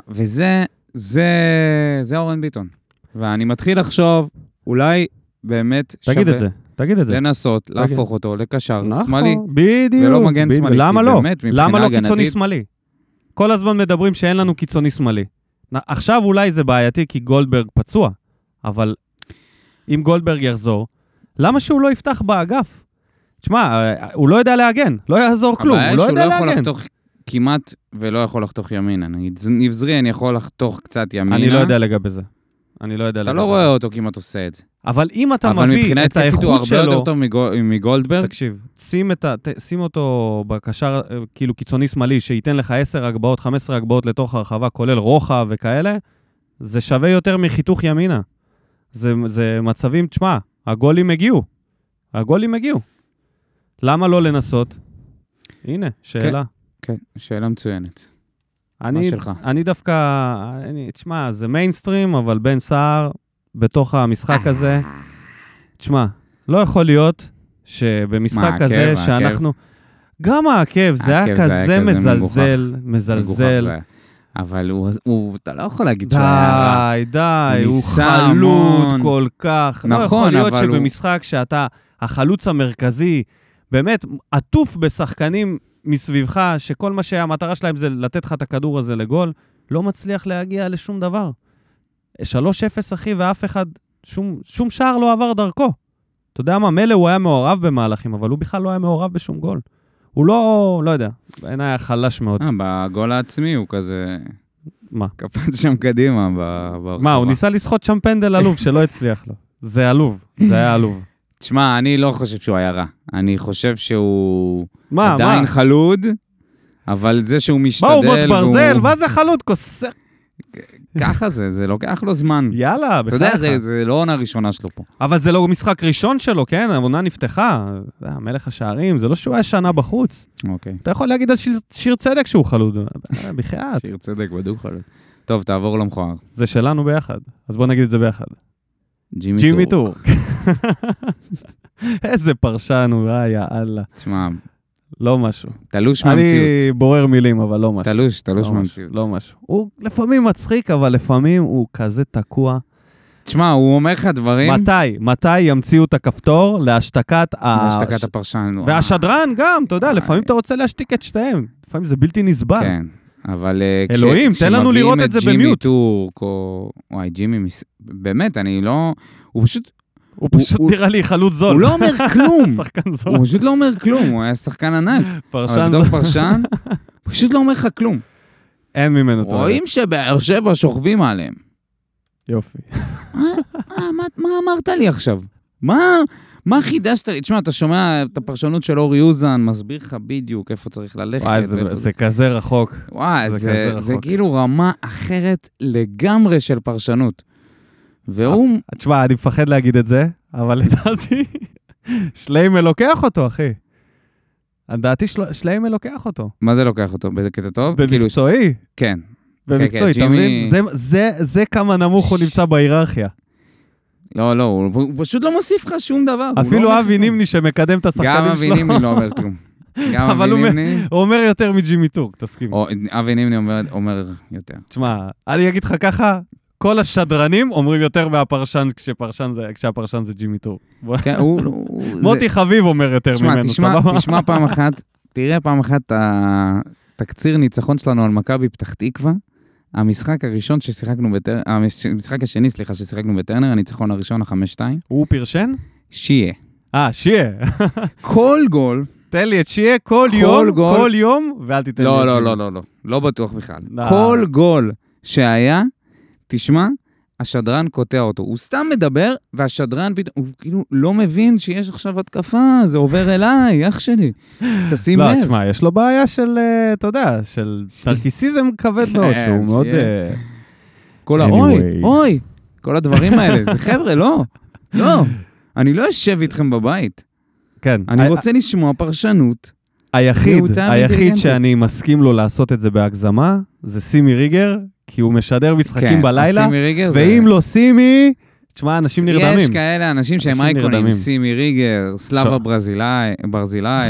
זה אורן ביטון. ואני מתחיל לחשוב, אולי באמת תגיד את זה, תגיד את זה. לנסות להפוך אותו לקשר נכון, שמאלי. בדיוק. ולא מגן שמאלי. למה לא? באמת, למה לא הגנתית... קיצוני שמאלי? כל הזמן מדברים שאין לנו קיצוני שמאלי. עכשיו אולי זה בעייתי כי גולדברג פצוע, אבל אם גולדברג יחזור, למה שהוא לא יפתח באגף? תשמע, הוא לא יודע להגן, לא יעזור כלום, הוא לא יודע להגן. הבעיה שהוא לא יכול לחתוך כמעט ולא יכול לחתוך ימינה. נגיד, ניב זרי אני יכול לחתוך קצת ימינה. אני לא יודע לגבי זה. אני לא יודע לגבי זה. אתה לא רואה אותו כמעט עושה את זה. אבל אם אתה מביא את האיכות שלו... אבל מבחינת כיפית הוא הרבה יותר טוב מגולדברג. תקשיב, שים אותו בקשר, כאילו קיצוני שמאלי, שייתן לך 10 הגבעות, 15 הגבעות לתוך הרחבה, כולל רוחב וכאלה, זה שווה יותר מחיתוך ימינה. זה מצבים, תשמע, הגולים הגיעו. למה לא לנסות? הנה, שאלה. כן, שאלה מצוינת. אני דווקא, תשמע, זה מיינסטרים, אבל בן סער, בתוך המשחק הזה, תשמע, לא יכול להיות שבמשחק הזה שאנחנו... גם העקב, זה היה כזה מזלזל. אבל אתה לא יכול להגיד שהוא היה... די, הוא חלוט כל כך. לא יכול להיות שבמשחק שאתה, החלוץ המרכזי, באמת, עטוף בשחקנים מסביבך, שכל מה שהמטרה שלהם זה לתת לך את הכדור הזה לגול, לא מצליח להגיע לשום דבר. 3-0 אחי, ואף אחד, שום שער לא עבר דרכו. אתה יודע מה, מלא הוא היה מעורב במהלכים, אבל הוא בכלל לא היה מעורב בשום גול. הוא לא יודע, בעיניי היה חלש מאוד. בגול העצמי הוא כזה... מה? קפץ שם קדימה ברחבה. מה, הוא ניסה לשחוט שם פנדל עלוב שלא הצליח לו. זה עלוב, זה היה עלוב. תשמע, אני לא חושב שהוא היה רע. אני חושב שהוא עדיין חלוד, אבל זה שהוא משתדל... מה, הוא בוט ברזל? מה זה חלוד? כוסר... ככה זה לוקח לו זמן. יאללה, בכלל. אתה יודע, זה לא עונה ראשונה שלו פה. אבל זה לא משחק ראשון שלו, כן? העונה נפתחה. זה מלך השערים, זה לא שהוא היה שנה בחוץ. אוקיי. אתה יכול להגיד על שיר צדק שהוא חלוד. בחייאת. שיר צדק בדוק חלוד. טוב, תעבור למכוער. זה שלנו ביחד. אז בוא נגיד את זה ביחד. ג'ימי טורק. איזה פרשן הוא, יאללה. תשמע, לא משהו. תלוש מהמציאות. אני בורר מילים, אבל לא משהו. תלוש מהמציאות. לא משהו. הוא לפעמים מצחיק, אבל לפעמים הוא כזה תקוע. תשמע, הוא אומר לך דברים... מתי ימציאו את הכפתור להשתקת הפרשן. והשדרן גם, אתה יודע, לפעמים אתה רוצה להשתיק את שתיהם. לפעמים זה בלתי נסבל. כן, אבל... אלוהים, תן לנו לראות את זה במיוט. ג'ימי טורק, וואי, ג'ימי, באמת, אני לא... הוא פשוט נראה לי חלוץ זול. הוא לא אומר כלום. שחקן זול. הוא פשוט לא אומר כלום, הוא היה שחקן ענק. פרשן זול. פרשן, פשוט לא אומר לך כלום. אין ממנו טוב. רואים שבאר שבע שוכבים עליהם. יופי. מה אמרת לי עכשיו? מה חידשת לי? תשמע, אתה שומע את הפרשנות של אורי אוזן, מסביר לך בדיוק איפה צריך ללכת. וואי, זה כזה רחוק. וואי, זה כאילו רמה אחרת לגמרי של פרשנות. והוא... תשמע, אני מפחד להגיד את זה, אבל לדעתי, שליימה לוקח אותו, אחי. לדעתי שליימה לוקח אותו. מה זה לוקח אותו? באיזה קטע טוב? במקצועי. כן. במקצועי, אתה מבין? זה כמה נמוך הוא נמצא בהיררכיה. לא, הוא פשוט לא מוסיף לך שום דבר. אפילו אבי נימני שמקדם את השחקנים שלו. גם אבי נימני לא אומר כלום. אבל הוא אומר יותר מג'ימי טורק, תסכים. אבי נימני אומר יותר. תשמע, אני אגיד לך ככה, כל השדרנים אומרים יותר מהפרשן כשהפרשן זה ג'ימי טורק. מוטי חביב אומר יותר ממנו, סבבה? תשמע פעם אחת, תראה פעם אחת התקציר ניצחון שלנו על מכבי פתח תקווה, המשחק השני, ששיחקנו בטרנר, הניצחון הראשון, ה-5-2. הוא פרשן? שיה. שיה. כל גול. תן לי את שיה כל יום, ואל תיתן לי. לא בטוח בכלל. כל גול שהיה, תשמע, השדרן קוטע אותו. הוא סתם מדבר, והשדרן פתאום, הוא כאילו לא מבין שיש עכשיו התקפה, זה עובר אליי, אח שלי. תשים לב. לא, תשמע, יש לו בעיה של, אתה יודע, של טרקיסיזם כבד מאוד, שהוא מאוד... כל אוי, כל הדברים האלה, זה חבר'ה, לא, אני לא אשב איתכם בבית. כן. אני רוצה לשמוע פרשנות. היחיד שאני מסכים לו לעשות את זה בהגזמה, זה סימי ריגר, כי הוא משדר משחקים בלילה, ואם לא סימי, תשמע, אנשים נרדמים. יש כאלה אנשים שהם אייקונים, סימי ריגר, סלאבה ברזילאי,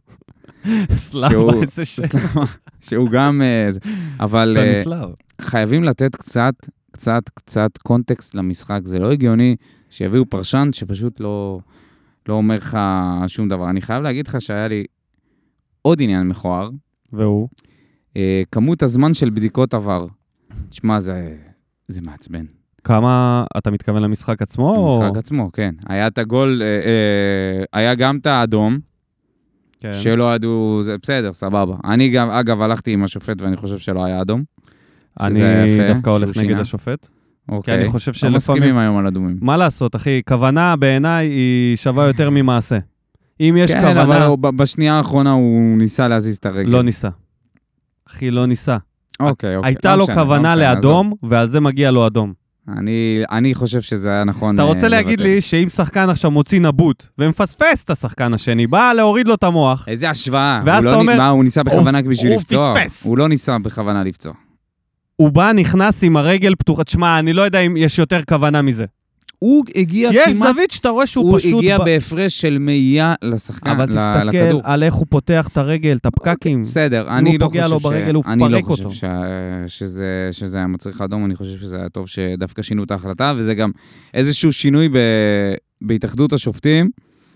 סלאבה, איזה שם. שהוא גם, אבל חייבים לתת קצת קונטקסט למשחק, זה לא הגיוני שיביאו פרשן שפשוט לא אומר לך שום דבר. אני חייב להגיד לך שהיה לי עוד עניין מכוער. והוא? כמות הזמן של בדיקות עבר. תשמע, זה מעצבן. כמה, אתה מתכוון למשחק עצמו? למשחק עצמו, כן. היה את הגול, היה גם את האדום, שלא ידעו, זה בסדר, סבבה. אני גם, אגב, הלכתי עם השופט ואני חושב שלא היה אדום. אני דווקא הולך נגד השופט. כי אני חושב שלפעמים... לא מסכימים היום על אדומים. מה לעשות, אחי? כוונה בעיניי היא שווה יותר ממעשה. אם יש כוונה... כן, אבל בשנייה האחרונה הוא ניסה להזיז את הרגל. לא ניסה. אחי, לא ניסה. אוקיי. הייתה לו כוונה לאדום, ועל זה מגיע לו אדום. אני חושב שזה היה נכון... אתה רוצה להגיד לי שאם שחקן עכשיו מוציא נבוט, ומפספס את השחקן השני, בא להוריד לו את המוח... איזה השוואה. ואז אתה אומר... הוא ניסה בכוונה בשביל לפצוע? הוא פספס. הוא לא ניסה בכוונה לפצוע. הוא בא, נכנס עם הרגל פתוחה. תשמע, אני לא יודע אם יש יותר כוונה מזה. הוא הגיע כמעט... יש זווית שאתה רואה שהוא פשוט... הוא הגיע בהפרש של מאייה לשחקן, אבל תסתכל על איך הוא פותח את הרגל, את הפקקים. בסדר, אני לא חושב שזה היה מצריך אדום, אני חושב שזה היה טוב שדווקא שינו את ההחלטה, וזה גם איזשהו שינוי בהתאחדות השופטים,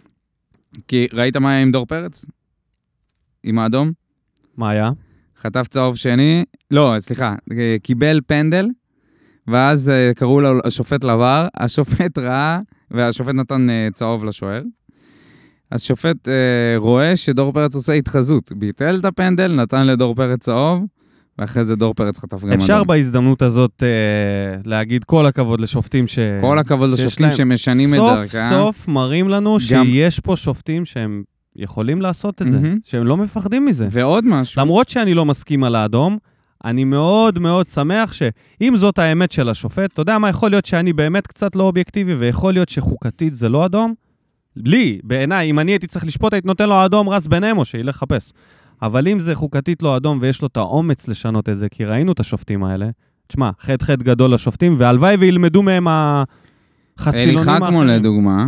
כי ראית מה היה עם דור פרץ? עם האדום? מה היה? חטף צהוב שני, לא, סליחה, קיבל פנדל, ואז קראו לו השופט לבר, השופט ראה, והשופט נתן צהוב לשוער. השופט רואה שדור פרץ עושה התחזות, ביטל את הפנדל, נתן לדור פרץ צהוב, ואחרי זה דור פרץ חטף גם אדום. אפשר בהזדמנות הזאת להגיד כל הכבוד לשופטים כל הכבוד לשופטים שמשנים את דרכם. סוף סוף מראים לנו שיש פה שופטים שהם יכולים לעשות את זה, שהם לא מפחדים מזה. ועוד משהו. למרות שאני לא מסכים על האדום, אני מאוד מאוד שמח שאם זאת האמת של השופט, אתה יודע מה, יכול להיות שאני באמת קצת לא אובייקטיבי, ויכול להיות שחוקתית זה לא אדום. לי, בעיניי, אם אני הייתי צריך לשפוט, הייתי נותן לו אדום רץ ביניהם, או שילך לחפש. אבל אם זה חוקתית לא אדום, ויש לו את האומץ לשנות את זה, כי ראינו את השופטים האלה, תשמע, חטא גדול לשופטים, והלוואי וילמדו מהם החסילונים האחרים. אלי חכמו לדוגמה,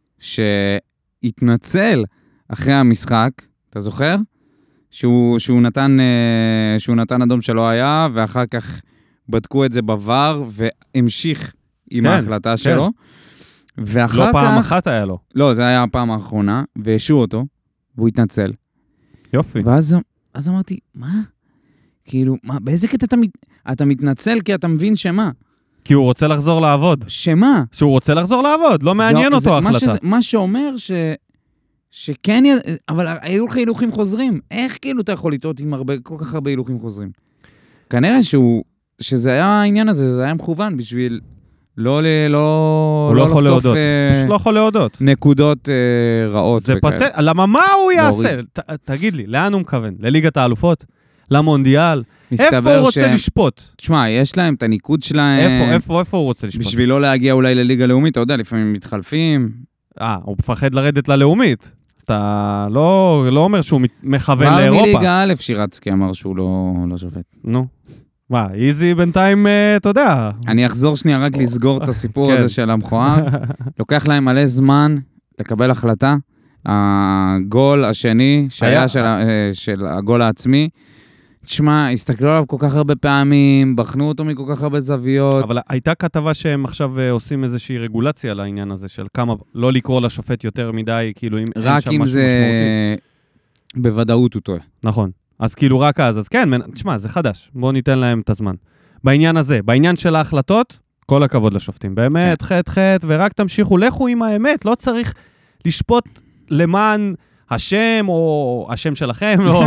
שהתנצל אחרי המשחק, אתה זוכר? שהוא נתן אדום שלא היה, ואחר כך בדקו את זה בבר, והמשיך עם ההחלטה שלו. ואחר לא פעם אחת היה לו. לא, זה היה הפעם האחרונה, והשעו אותו, והוא התנצל. יופי. ואז אמרתי, מה? כאילו, באיזה קטע אתה מתנצל כי אתה מבין שמה? כי הוא רוצה לחזור לעבוד. שמה? שהוא רוצה לחזור לעבוד, לא מעניין אותו ההחלטה. מה שאומר שכן, אבל היו לך הילוכים חוזרים. איך כאילו אתה יכול לטעות עם כל כך הרבה הילוכים חוזרים? כנראה שזה היה העניין הזה, זה היה מכוון בשביל לא יכול להודות. פשוט לא יכול להודות. נקודות רעות. זה פתט, למה מה הוא יעשה? תגיד לי, לאן הוא מכוון? לליגת האלופות? למונדיאל? איפה הוא רוצה לשפוט? תשמע, יש להם את הניקוד שלהם. איפה הוא רוצה לשפוט? בשביל לא להגיע אולי לליגה לאומית, אתה יודע, לפעמים מתחלפים. הוא מפחד לרדת ללאומית. אתה לא אומר שהוא מכוון לאירופה. כבר מליגה א' שירצקי אמר שהוא לא שופט. נו. מה, איזי בינתיים, אתה יודע. אני אחזור שנייה רק לסגור את הסיפור הזה של המכוער. לוקח להם מלא זמן לקבל החלטה. הגול השני, שהיה של הגול העצמי, תשמע, הסתכלו עליו כל כך הרבה פעמים, בחנו אותו מכל כך הרבה זוויות. אבל הייתה כתבה שהם עכשיו עושים איזושהי רגולציה לעניין הזה, של כמה, לא לקרוא לשופט יותר מדי, כאילו אם אין שם משהו משמעותי. רק אם זה בוודאות הוא טועה. נכון. אז כאילו רק אז כן, תשמע, זה חדש. בואו ניתן להם את הזמן. בעניין הזה, בעניין של ההחלטות, כל הכבוד לשופטים. באמת, חטא, ורק תמשיכו, לכו עם האמת, לא צריך לשפוט למען השם, או השם שלכם, או...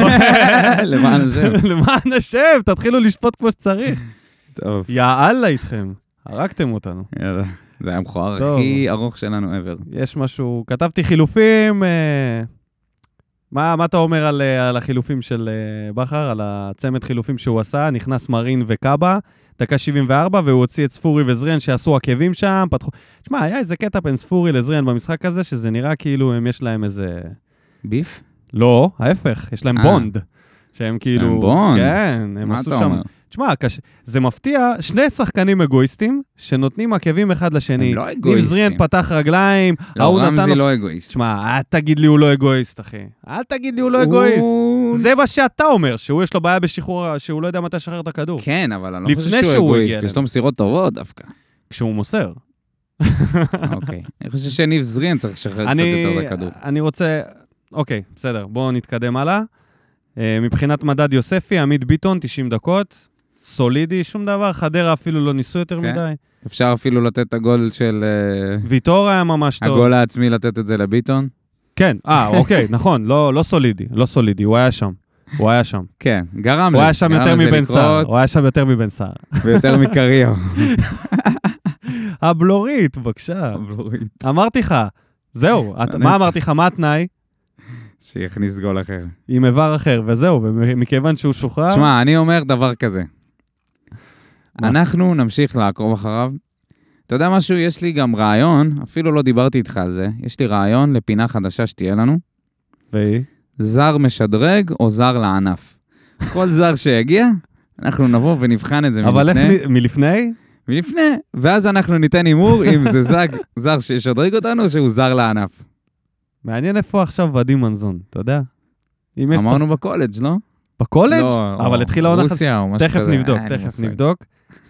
למען השם. למען השם, תתחילו לשפוט כמו שצריך. טוב. יאללה איתכם. הרגתם אותנו. יאללה. זה היה המכוער הכי ארוך שלנו ever. יש משהו, כתבתי חילופים, מה אתה אומר על החילופים של בכר, על הצמד חילופים שהוא עשה, נכנס מרין וקאבה, דקה 74, והוא הוציא את ספורי וזריאן שעשו עקבים שם, פתחו... תשמע, היה איזה קטע בין ספורי לזריאן במשחק הזה, שזה נראה כאילו יש להם איזה... ביף? לא, ההפך, יש להם בונד. שהם כאילו... יש להם בונד? כן, הם עשו שם... תשמע, זה מפתיע, שני שחקנים אגואיסטים, שנותנים עקבים אחד לשני. הם לא אגואיסטים. נבזריאן פתח רגליים, לא, רמזי לא אגואיסט. תשמע, אל תגיד לי הוא לא אגואיסט, אחי. אל תגיד לי הוא לא אגואיסט. זה מה שאתה אומר, שהוא יש לו בעיה בשחרור, שהוא לא יודע מתי לשחרר את הכדור. כן, אבל אני לא חושב שהוא אגואיסט, יש לו מסירות טובות דווקא. כשהוא מוסר. אוקיי. אני חושב שניב זריאן צריך לשחרר קצת יותר את הכדור. אני רוצה... אוקיי, בסדר, בואו נתקדם הלאה. מבחינת מדד יוספי, עמית ביטון, 90 דקות. סולידי, שום דבר, חדרה אפילו לא ניסו יותר מדי. אפשר אפילו לתת את הגול של... ויטור היה ממש טוב. הגול העצמי לתת את זה לביטון? כן, אוקיי, נכון, לא סולידי, הוא היה שם. הוא היה שם. כן, גרם הוא היה שם יותר מבן סער. הוא היה שם יותר מבן סער. ויותר מקריו. הבלורית, בבקשה. הבלורית. אמרתי לך, זהו, מה אמרתי לך, מה התנאי? שיכניס גול אחר. עם איבר אחר, וזהו, ומכיוון שהוא שוחרר... תשמע, אני אומר דבר כזה. אנחנו נמשיך לעקוב אחריו. אתה יודע משהו? יש לי גם רעיון, אפילו לא דיברתי איתך על זה, יש לי רעיון לפינה חדשה שתהיה לנו. והיא? זר משדרג או זר לענף. כל זר שיגיע, אנחנו נבוא ונבחן את זה מלפני. אבל איך מלפני? מלפני, ואז אנחנו ניתן אימור אם זה זר שישדרג אותנו או שהוא זר לענף. מעניין איפה עכשיו ודים מנזון, אתה יודע? אמרנו בקולג', לא? בקולג'? לא, אבל התחילה עונה רוסיה או משהו כזה. תכף נבדוק.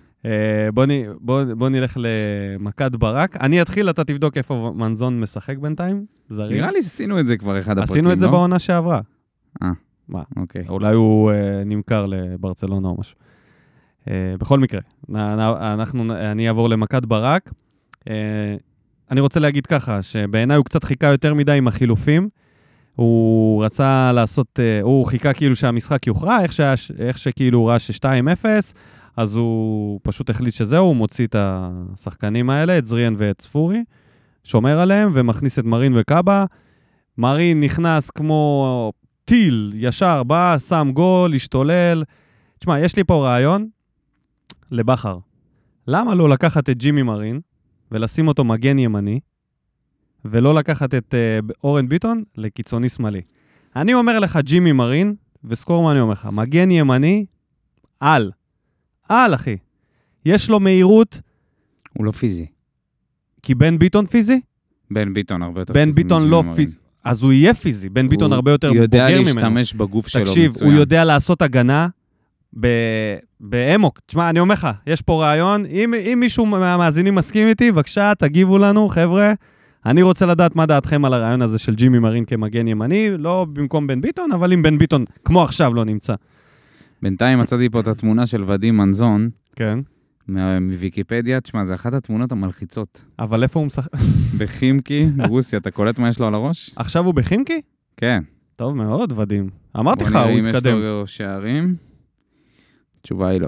בוא נלך למכת ברק. אני אתחיל, אתה תבדוק איפה מנזון משחק בינתיים. זריז. נראה לי שעשינו את זה כבר אחד הפרקים, לא? עשינו את זה בעונה שעברה. מה? אוקיי. אולי הוא נמכר לברצלונה או משהו. בכל מקרה, אני אעבור למכת ברק. אני רוצה להגיד ככה, שבעיניי הוא קצת חיכה יותר מדי עם החילופים. הוא רצה לעשות, הוא חיכה כאילו שהמשחק יוכרע, איך שכאילו הוא ראה ש-2-0, אז הוא פשוט החליט שזהו, הוא מוציא את השחקנים האלה, את זריאן ואת ספורי, שומר עליהם ומכניס את מרין וקאבה. מרין נכנס כמו טיל, ישר בא, שם גול, השתולל. תשמע, יש לי פה רעיון לבחר. למה לא לקחת את ג'ימי מרין ולשים אותו מגן ימני, ולא לקחת את אורן ביטון לקיצוני שמאלי? אני אומר לך ג'ימי מרין, וסקור מה אני אומר לך, מגן ימני, על, אחי. יש לו מהירות. הוא לא פיזי. כי בן ביטון פיזי? בן ביטון הרבה יותר פיזי. בן ביטון לא פיזי. אז הוא יהיה פיזי. בן ביטון הרבה יותר בוגר ממנו. הוא יודע להשתמש בגוף שלו מצוין. תקשיב, הוא יודע לעשות הגנה באמוק. תשמע, אני אומר לך, יש פה רעיון. אם מישהו מהמאזינים מסכים איתי, בבקשה, תגיבו לנו, חבר'ה. אני רוצה לדעת מה דעתכם על הרעיון הזה של ג'ימי מרין כמגן ימני, לא במקום בן ביטון, אבל אם בן ביטון, כמו עכשיו, לא נמצא. בינתיים מצאתי פה את התמונה של ודים מנזון. כן. מוויקיפדיה, תשמע, זה אחת התמונות המלחיצות. אבל איפה הוא משחק? בחימקי, רוסיה, אתה קולט מה יש לו על הראש? עכשיו הוא בחימקי? כן. טוב מאוד, ודים. אמרתי לך, הוא התקדם. בוא נראה אם יש לו שערים. התשובה היא לא.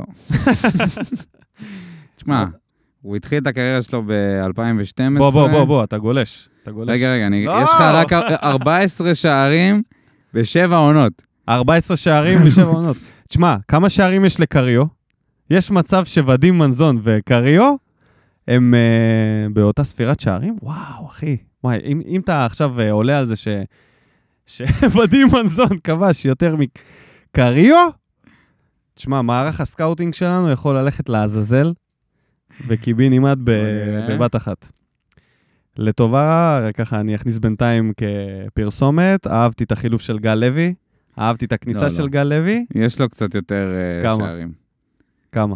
תשמע, הוא התחיל את הקריירה שלו ב-2012. בוא, אתה גולש. רגע, יש לך רק 14 שערים ב7 עונות. 14 שערים ב7 עונות. תשמע, כמה שערים יש לקריו? יש מצב שודים מנזון וקריו הם באותה ספירת שערים? וואו, אחי. וואי, אם אתה עכשיו עולה על זה שודים מנזון כבש יותר מקריו, תשמע, מערך הסקאוטינג שלנו יכול ללכת לעזאזל, וקיבינימט בבת אחת. לטובה, ככה אני אכניס בינתיים כפרסומת, אהבתי את החילוף של גל לוי, אהבתי את הכניסה של גל לוי. יש לו קצת יותר שערים. כמה?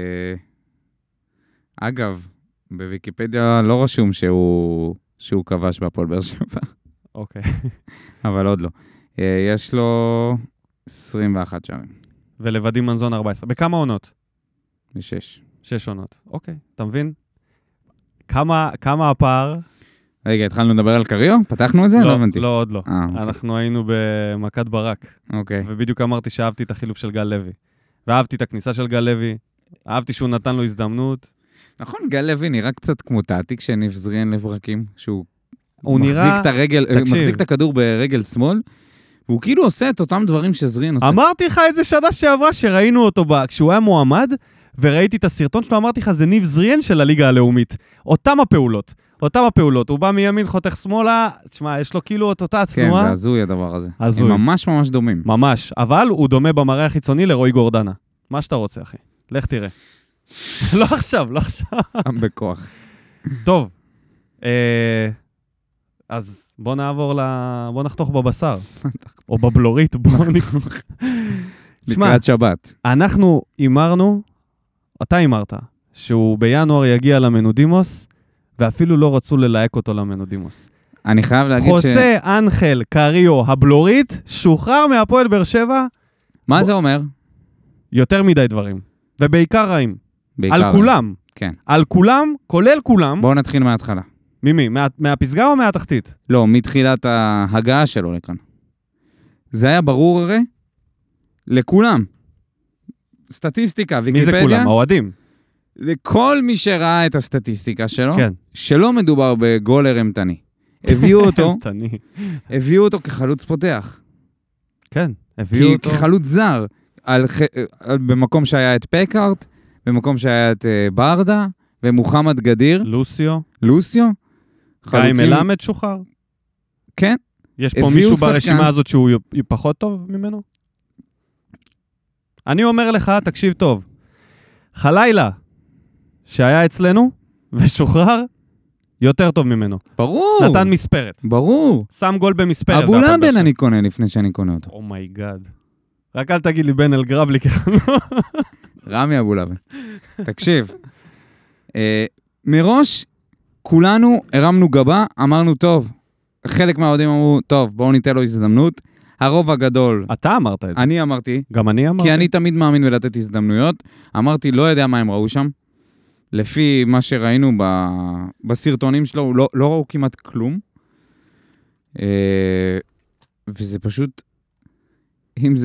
אגב, בוויקיפדיה לא רשום שהוא כבש בהפועל באר שבע. אוקיי. אבל עוד לא. יש לו 21 שערים. ולבדים מנזון 14. בכמה עונות? 6. 6 עונות. אוקיי, אתה מבין? כמה הפער? רגע, התחלנו לדבר על קריו? פתחנו את זה? לא הבנתי. לא, עוד לא. אנחנו היינו במכת ברק. אוקיי. ובדיוק אמרתי שאהבתי את החילוף של גל לוי. ואהבתי את הכניסה של גל לוי. אהבתי שהוא נתן לו הזדמנות. נכון, גל לוי נראה קצת כמו טאטי כשניף זריאן לברקים, שהוא מחזיק את הכדור ברגל שמאל, והוא כאילו עושה את אותם דברים שזריאן עושה. אמרתי לך את זה שנה שעברה שראינו אותו כשהוא היה מועמד, וראיתי את הסרטון שלו, אמרתי לך, זה ניב זריאן של הליגה הלאומית. אותם הפעולות. הוא בא מימין, חותך שמאלה, תשמע, יש לו כאילו את אותה התנועה. כן, זה הזוי הדבר הזה. הזוי. הם ממש ממש דומים. ממש, אבל הוא דומה במראה החיצוני לרועי גורדנה. מה שאתה רוצה, אחי. לך תראה. לא עכשיו. סתם בכוח. טוב. אז בוא נעבור בוא נחתוך בבשר. או בבלורית, בוא נחתוך. לקראת שבת. אנחנו אתה אמרת, שהוא בינואר יגיע למנודימוס, ואפילו לא רצו ללהק אותו למנודימוס. אני חייב להגיד חוסה אנחל קריו הבלורית, שוחרר מהפועל באר שבע. מה זה אומר? יותר מדי דברים. ובעיקר רעים. על רעים. כולם. כן. על כולם, כולל כולם. בואו נתחיל מההתחלה. ממי? מהפסגה או מהתחתית? לא, מתחילת ההגעה שלו לכאן. זה היה ברור הרי לכולם. סטטיסטיקה, ויקיפדיה. מי זה כולם? האוהדים. לכל מי שראה את הסטטיסטיקה שלו, כן. שלא מדובר בגולר אמתני. הביאו אותו כחלוץ פותח. כן, הביאו אותו. כחלוץ זר, במקום שהיה את פקארט, במקום שהיה את ברדה, ומוחמד גדיר. לוסיו. גיא מלמד שוחרר. כן. יש פה מישהו ברשימה הזאת שהוא פחות טוב ממנו? אני אומר לך, תקשיב טוב. חלילה שהיה אצלנו ושוחרר יותר טוב ממנו. ברור. נתן מספרת. ברור. שם גול במספרת. אבו לאבן אני קונה לפני שאני קונה אותו. אומייגאד. רק אל תגיד לי בן אל גרבלי ככה. רמי אבו לאבן. תקשיב. מראש כולנו הרמנו גבה, אמרנו טוב. חלק מהאוהדים אמרו, טוב, בואו ניתן לו הזדמנות. הרוב הגדול... אתה אמרת את זה. אני אמרתי. גם אני אמרתי. כי אני תמיד מאמין בלתת הזדמנויות. אמרתי, לא יודע מה הם ראו שם. לפי מה שראינו בסרטונים שלו, לא ראו כמעט כלום. וזה פשוט... אם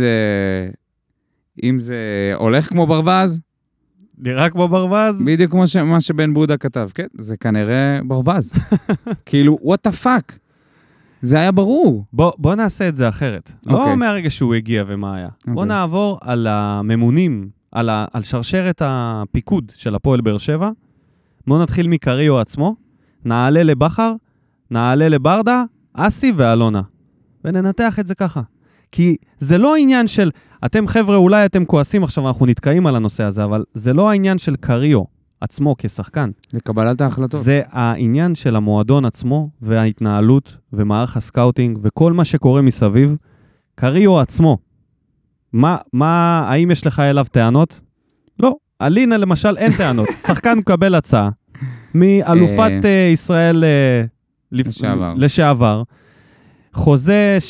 זה הולך כמו ברווז... נראה כמו ברווז? בדיוק כמו מה שבן בודה כתב. כן, זה כנראה ברווז. כאילו, what the fuck? זה היה ברור. בוא נעשה את זה אחרת. לא מהרגע שהוא הגיע ומה היה. בוא נעבור על הממונים, על שרשרת הפיקוד של הפועל באר שבע. בוא נתחיל מקריו עצמו, נעלה לבחר, נעלה לברדה, אסי ואלונה. וננתח את זה ככה. כי זה לא העניין של, אתם חבר'ה, אולי אתם כועסים עכשיו, אנחנו נתקעים על הנושא הזה, אבל זה לא העניין של קריו עצמו כשחקן. לקבלת ההחלטות. זה העניין של המועדון עצמו, וההתנהלות, ומערך הסקאוטינג, וכל מה שקורה מסביב. קריו עצמו, האם יש לך אליו טענות? לא. אלינה למשל אין טענות. שחקן מקבל הצעה מאלופת ישראל לשעבר. חוזה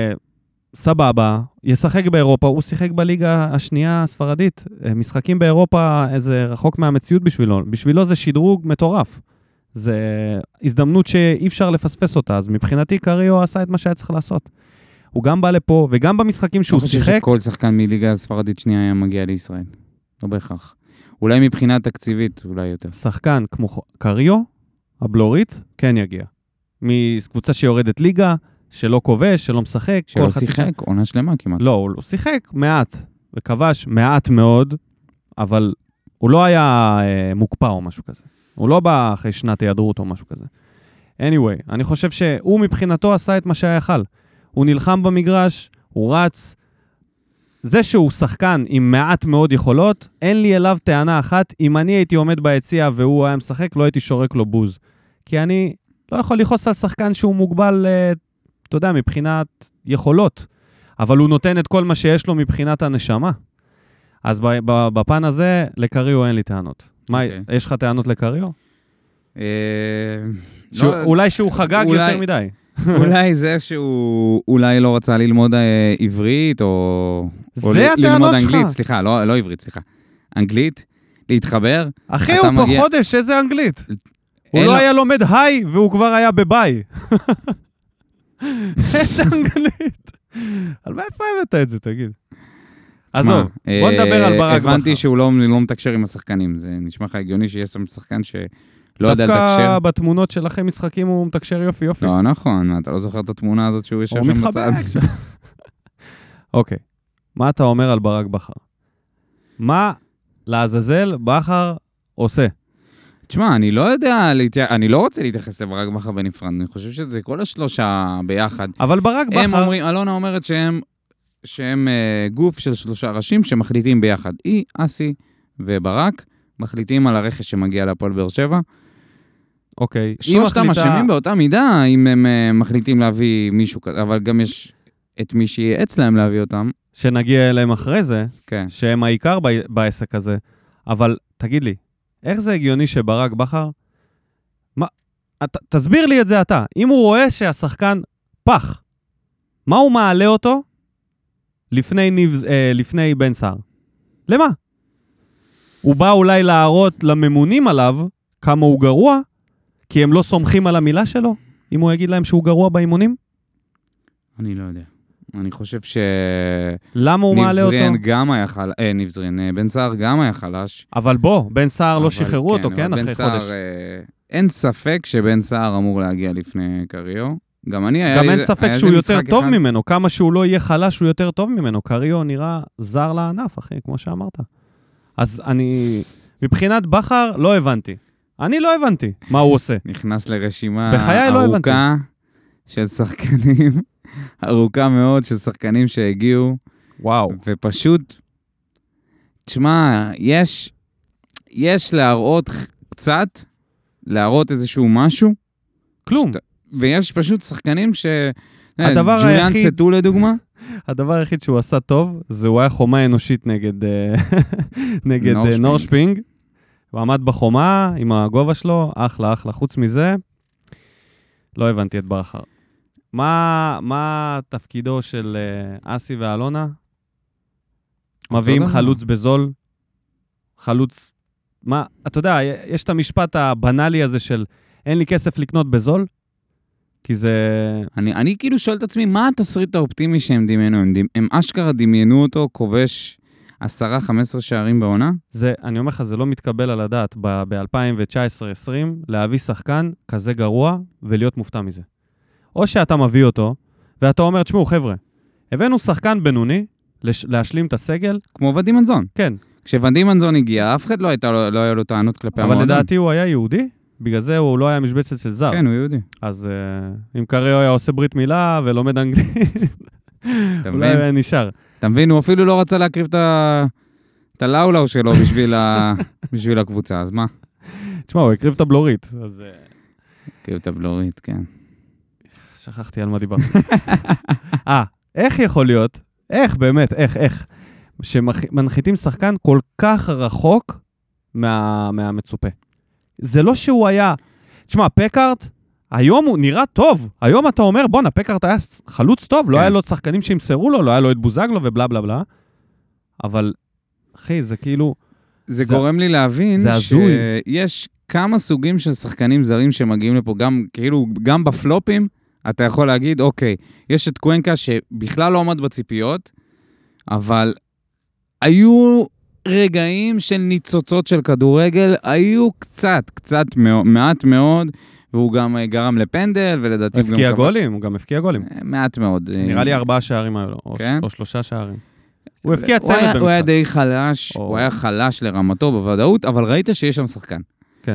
סבבה, ישחק באירופה, הוא שיחק בליגה השנייה הספרדית. משחקים באירופה, איזה רחוק מהמציאות בשבילו. בשבילו זה שדרוג מטורף. זה הזדמנות שאי אפשר לפספס אותה. אז מבחינתי קריו עשה את מה שהיה צריך לעשות. הוא גם בא לפה, וגם במשחקים שהוא שיחק... אני חושב שכל שחקן מליגה הספרדית שנייה היה מגיע לישראל. לא בהכרח. אולי מבחינה תקציבית, אולי יותר. שחקן כמו קריו, הבלורית, כן יגיע. מקבוצה שיורדת ליגה, שלא כובש, שלא משחק. שלא שיחק, עונה שלמה כמעט. לא, הוא שיחק מעט, וכבש מעט מאוד, אבל הוא לא היה מוקפא או משהו כזה. הוא לא בא אחרי שנת היעדרות או משהו כזה. anyway, אני חושב שהוא מבחינתו עשה את מה שהיה יכל. הוא נלחם במגרש, הוא רץ. זה שהוא שחקן עם מעט מאוד יכולות, אין לי אליו טענה אחת. אם אני הייתי עומד ביציע והוא היה משחק, לא הייתי שורק לו בוז. כי אני לא יכול לכעוס על שחקן שהוא מוגבל, אתה יודע, מבחינת יכולות. אבל הוא נותן את כל מה שיש לו מבחינת הנשמה. אז בפן הזה, לקריו אין לי טענות. מה, יש לך טענות לקריו? אולי שהוא חגג יותר מדי. אולי זה שהוא אולי לא רצה ללמוד עברית, או ללמוד אנגלית, סליחה, לא עברית, סליחה. אנגלית, להתחבר. אחי, הוא פה חודש, איזה אנגלית? הוא לא היה לומד היי, והוא כבר היה בביי. איזה אנגלית? על מה איפה הבאת את זה, תגיד? עזוב, בוא נדבר על ברק בכר. הבנתי שהוא לא מתקשר עם השחקנים, זה נשמע לך הגיוני שיש שם שחקן שלא יודע לתקשר. דווקא בתמונות של אחרי משחקים הוא מתקשר יופי יופי. לא, נכון, אתה לא זוכר את התמונה הזאת שהוא יושב שם בצד. אוקיי, מה אתה אומר על ברק בכר? מה לעזאזל בכר עושה? תשמע, אני לא יודע, אני לא רוצה להתייחס לברק בכר בנפרד, אני חושב שזה כל השלושה ביחד. אבל ברק בכר... הם אומרים, אלונה אומרת שהם גוף של 3 ראשים שמחליטים ביחד. היא, אסי וברק מחליטים על הרכש שמגיע להפועל באר שבע. אוקיי. שלושתם אשמים באותה מידה, אם הם מחליטים להביא מישהו כזה, אבל גם יש את מי שייעץ להם להביא אותם. שנגיע אליהם אחרי זה, כן. שהם העיקר בעסק הזה. אבל תגיד לי, איך זה הגיוני שברק בכר... תסביר לי את זה אתה. אם הוא רואה שהשחקן פח, מה הוא מעלה אותו לפני בן סער? למה? הוא בא אולי להראות לממונים עליו כמה הוא גרוע, כי הם לא סומכים על המילה שלו, אם הוא יגיד להם שהוא גרוע באימונים? אני לא יודע. אני חושב למה הוא מעלה אותו? בן סער גם היה חלש. אבל בן סער לא שחררו אותו, כן? אחרי חודש. אין ספק שבן סער אמור להגיע לפני קריו. גם אין ספק שהוא יותר טוב ממנו. כמה שהוא לא יהיה חלש, הוא יותר טוב ממנו. קריו נראה זר לענף, אחי, כמו שאמרת. אז מבחינת בכר, לא הבנתי. אני לא הבנתי מה הוא עושה. נכנס לרשימה ארוכה של שחקנים, ארוכה מאוד של שחקנים שהגיעו. וואו. ופשוט, תשמע, יש להראות קצת, להראות איזשהו משהו. כלום. ויש פשוט שחקנים ג'וליאן סטו לדוגמה. הדבר היחיד שהוא עשה טוב, זה הוא היה חומה אנושית נגד נורשפינג. הוא עמד בחומה עם הגובה שלו, אחלה. חוץ מזה, לא הבנתי את בכר. מה תפקידו של אסי ואלונה? מביאים חלוץ בזול? חלוץ... אתה יודע, יש את המשפט הבנאלי הזה של אין לי כסף לקנות בזול? כי זה... אני כאילו שואל את עצמי, מה התסריט האופטימי שהם דמיינו? הם אשכרה דמיינו אותו, כובש 10-15 שערים בעונה? אני אומר לך, זה לא מתקבל על הדעת ב-2019-2020, להביא שחקן כזה גרוע ולהיות מופתע מזה. או שאתה מביא אותו, ואתה אומר, תשמעו חבר'ה, הבאנו שחקן בינוני להשלים את הסגל. כמו ודים מנזון. כן. כשודים מנזון הגיע, אף אחד לא היה לו טענות כלפי המועדון. אבל לדעתי הוא היה יהודי, בגלל זה הוא לא היה משבצת של זר. כן, הוא יהודי. אז אם קריו היה עושה ברית מילה ולומד אנגלית, אולי היה נשאר. אתה מבין, הוא אפילו לא רצה להקריב את הלאולאו שלו בשביל הקבוצה, אז מה? תשמע, הוא הקריב את הבלורית. הקריב את הבלורית, כן. שכחתי על מה דיברתי. איך יכול להיות? איך באמת? איך? שמנחיתים שחקן כל כך רחוק מהמצופה. זה לא שהוא היה... תשמע, פקארט, היום הוא נראה טוב. היום אתה אומר, בוא, פקארט היה חלוץ טוב, לא היה לו שחקנים שימסרו לו, לא היה לו את בוזגלו ובלה בלה בלה. אבל, אחי, זה כאילו... זה גורם לי להבין שיש כמה סוגים של שחקנים זרים שמגיעים לפה, גם בפלופים, אתה יכול להגיד, אוקיי, יש את קוונקה שבכלל לא עומד בציפיות, אבל היו רגעים של ניצוצות של כדורגל, היו קצת, מעט מאוד, והוא גם גרם לפנדל, ולדעתי... הוא גם הפקיע גולים. מעט מאוד. נראה לי 4 שערים היו לו, או 3 שערים. הוא הפקיע צמד במשחק. הוא היה די חלש, הוא היה חלש לרמתו בוודאות, אבל ראית שיש שם שחקן. כן.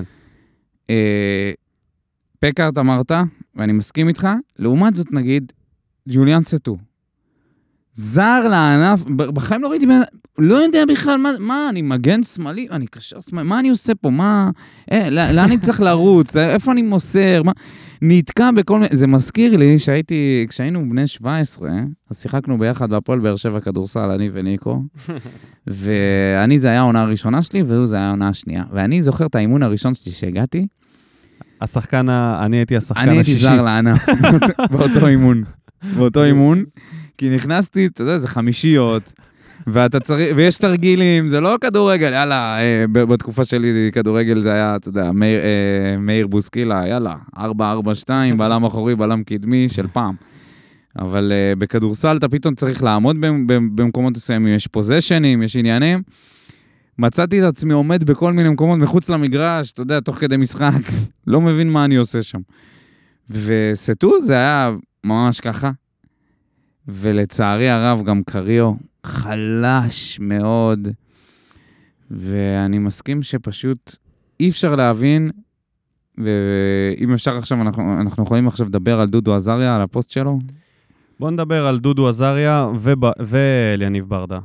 פקארט אמרת, ואני מסכים איתך, לעומת זאת נגיד, ג'וליאן סטו. זר לענף, בחיים לא ראיתי, לא יודע בכלל מה, אני מגן שמאלי, אני קשר שמאלי, מה אני עושה פה, לאן אני צריך לרוץ, איפה אני מוסר, נתקע בכל מיני, זה מזכיר לי כשהיינו בני 17, אז שיחקנו ביחד בהפועל באר שבע כדורסל, אני וניקו, ואני זה היה העונה הראשונה שלי, והוא זה היה העונה השנייה, ואני זוכר את האימון הראשון שלי שהגעתי, אני הייתי השחקן אני הייתי השישי. זר לענף, באותו אימון, כי נכנסתי, אתה יודע, זה 5, ויש תרגילים, זה לא כדורגל, יאללה, בתקופה שלי כדורגל זה היה, אתה יודע, מאיר בוסקילה, יאללה, 4-4-2, בלם אחורי, בלם קדמי של פעם. אבל בכדורסל אתה פתאום צריך לעמוד במקומות מסוימים, יש פוזיישנים, יש עניינים. מצאתי את עצמי עומד בכל מיני מקומות מחוץ למגרש, אתה יודע, תוך כדי משחק, לא מבין מה אני עושה שם. וסטו זה היה ממש ככה, ולצערי הרב גם קריו חלש מאוד, ואני מסכים שפשוט אי אפשר להבין, ואם אפשר עכשיו, אנחנו יכולים עכשיו לדבר על דודו עזריה, על הפוסט שלו? בוא נדבר על דודו עזריה ואליניב ברדה.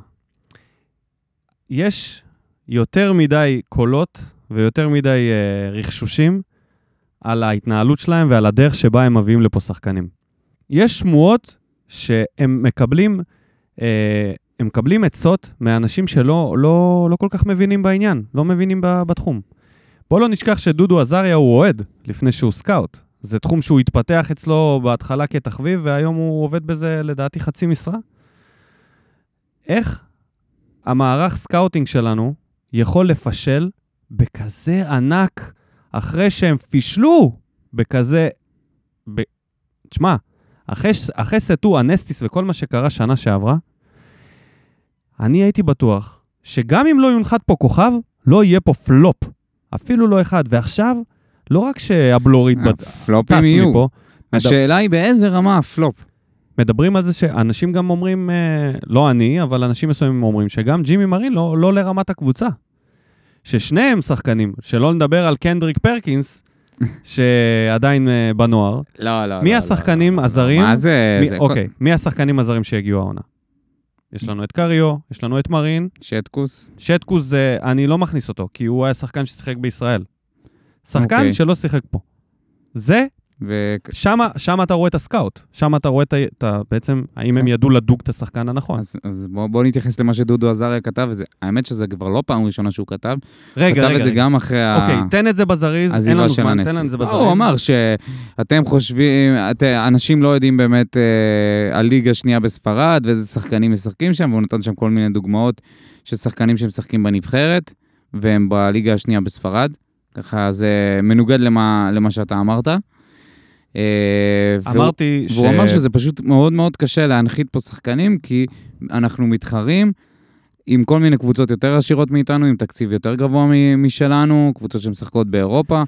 יש יותר מדי קולות ויותר מדי רכשושים על ההתנהלות שלהם ועל הדרך שבה הם מביאים לפה שחקנים. יש שמועות שהם מקבלים עצות מאנשים שלא כל כך מבינים בעניין, לא מבינים בתחום. בוא לא נשכח שדודו עזריה הוא אוהד לפני שהוא סקאוט. זה תחום שהוא התפתח אצלו בהתחלה כתחביב, והיום הוא עובד בזה לדעתי חצי משרה. איך המערך סקאוטינג שלנו יכול לפשל בכזה ענק, אחרי שהם פישלו בכזה... תשמע, אחרי סטו, אנסטיס וכל מה שקרה שנה שעברה, אני הייתי בטוח שגם אם לא יונחת פה כוכב, לא יהיה פה פלופ. אפילו לא אחד. ועכשיו, לא רק שהבלורית הפלופים יהיו. השאלה היא באיזה רמה הפלופ. מדברים על זה שאנשים גם אומרים, לא אני, אבל אנשים מסוימים אומרים שגם ג'ימי מרין לא לרמת הקבוצה. ששניהם שחקנים, שלא נדבר על קנדריק פרקינס, שעדיין בנוער. לא. מי השחקנים הזרים? מה זה? אוקיי, מי השחקנים הזרים שהגיעו העונה? יש לנו את קריו, יש לנו את מרין. שטקוס, אני לא מכניס אותו, כי הוא היה שחקן ששיחק בישראל. שחקן שלא שיחק פה. זה, שם אתה רואה את הסקאוט. שם אתה רואה בעצם, האם הם ידעו לדוג את השחקן הנכון. אז בוא נתייחס למה שדודו עזריה כתב, האמת שזה כבר לא פעם ראשונה שהוא כתב. רגע. כתב את זה גם אחרי אוקיי, תן את זה בזריז, אין לנו זמן, תן את זה בזריז. הוא אמר שאתם חושבים, אנשים לא יודעים באמת על ליגה שנייה בספרד, ואיזה שחקנים משחקים שם, והוא נתן שם כל מיני דוגמאות של שחקנים שמשחקים בנבחרת, והם בליגה השנייה בספרד. ככה זה מנוגד למה שאתה אמרת. אמרתי והוא אמר שזה פשוט מאוד מאוד קשה להנחית פה שחקנים, כי אנחנו מתחרים עם כל מיני קבוצות יותר עשירות מאיתנו, עם תקציב יותר גבוה משלנו, קבוצות שמשחקות באירופה,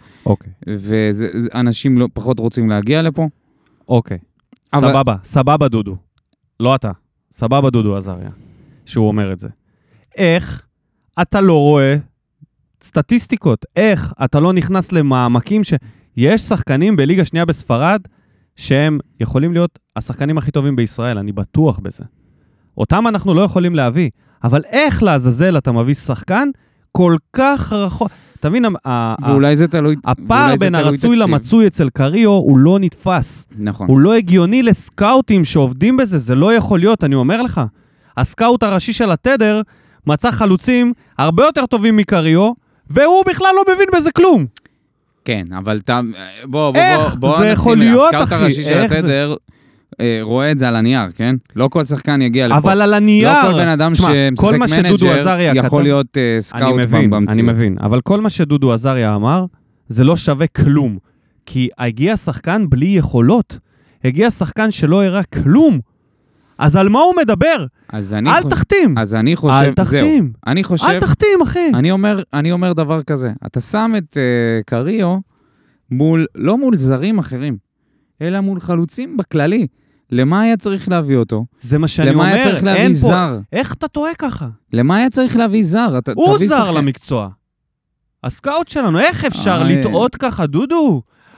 ואנשים פחות רוצים להגיע לפה. אוקיי, סבבה דודו. לא אתה, סבבה דודו עזריה, שהוא אומר את זה. איך אתה לא רואה סטטיסטיקות? איך אתה לא נכנס למעמקים יש שחקנים בליגה שנייה בספרד שהם יכולים להיות השחקנים הכי טובים בישראל, אני בטוח בזה. אותם אנחנו לא יכולים להביא, אבל איך לעזאזל אתה מביא שחקן כל כך רחוק? תבין, ואולי זה תלוי... הפער בין הרצוי למצוי אצל קריו הוא לא נתפס. נכון. הוא לא הגיוני לסקאוטים שעובדים בזה, זה לא יכול להיות, אני אומר לך. הסקאוט הראשי של התדר מצא חלוצים הרבה יותר טובים מקריו, והוא בכלל לא מבין בזה כלום. כן, אבל בוא זה יכול להיות, אחי? הסקאוט הראשי של התדר רואה את זה על הנייר, כן? לא כל שחקן יגיע לפה. אבל על הנייר... לא כל בן אדם שמשחק מנג'ר יכול להיות סקאוט במציאות. אני מבין, אבל כל מה שדודו עזריה אמר, זה לא שווה כלום. כי הגיע שחקן בלי יכולות. הגיע שחקן שלא הראה כלום. אז על מה הוא מדבר? אל תחתים. אז אני חושב... אל תחתים. אל תחתים, אחי. אני אומר דבר כזה. אתה שם את קריו לא מול זרים אחרים, אלא מול חלוצים בכללי. למה היה צריך להביא אותו? זה מה שאני אומר. למה היה צריך להביא זר? איך אתה טועה ככה? למה היה צריך להביא זר? הוא זר למקצוע. הסקאוט שלנו, איך אפשר לטעות ככה, דודו?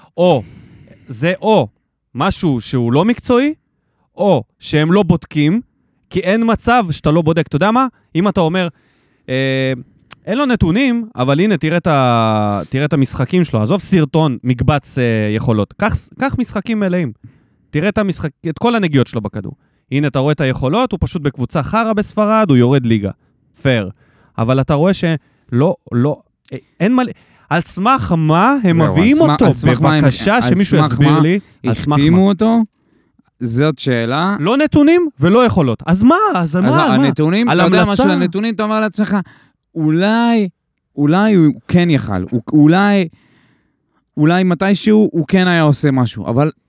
זה או משהו שהוא לא מקצועי, או שהם לא בודקים, כי אין מצב שאתה לא בודק. אתה יודע מה? אם אתה אומר, אין לו נתונים, אבל הנה, תראה את המשחקים שלו. עזוב סרטון, מקבץ יכולות. קח משחקים מלאים. תראה את כל הנגיעות שלו בכדור. הנה, אתה רואה את היכולות, הוא פשוט בקבוצה חרה בספרד, הוא יורד ליגה. פייר. אבל אתה רואה שלא, אין מלא... על סמך מה הם מביאים אותו? בבקשה שמישהו יסביר לי. החתימו אותו? זאת שאלה. לא נתונים ולא יכולות. אז מה? אז מה? הנתונים, אתה יודע מה של הנתונים, אתה אומר לעצמך, אולי הוא כן יכל. אולי מתישהו הוא כן היה עושה משהו. אבל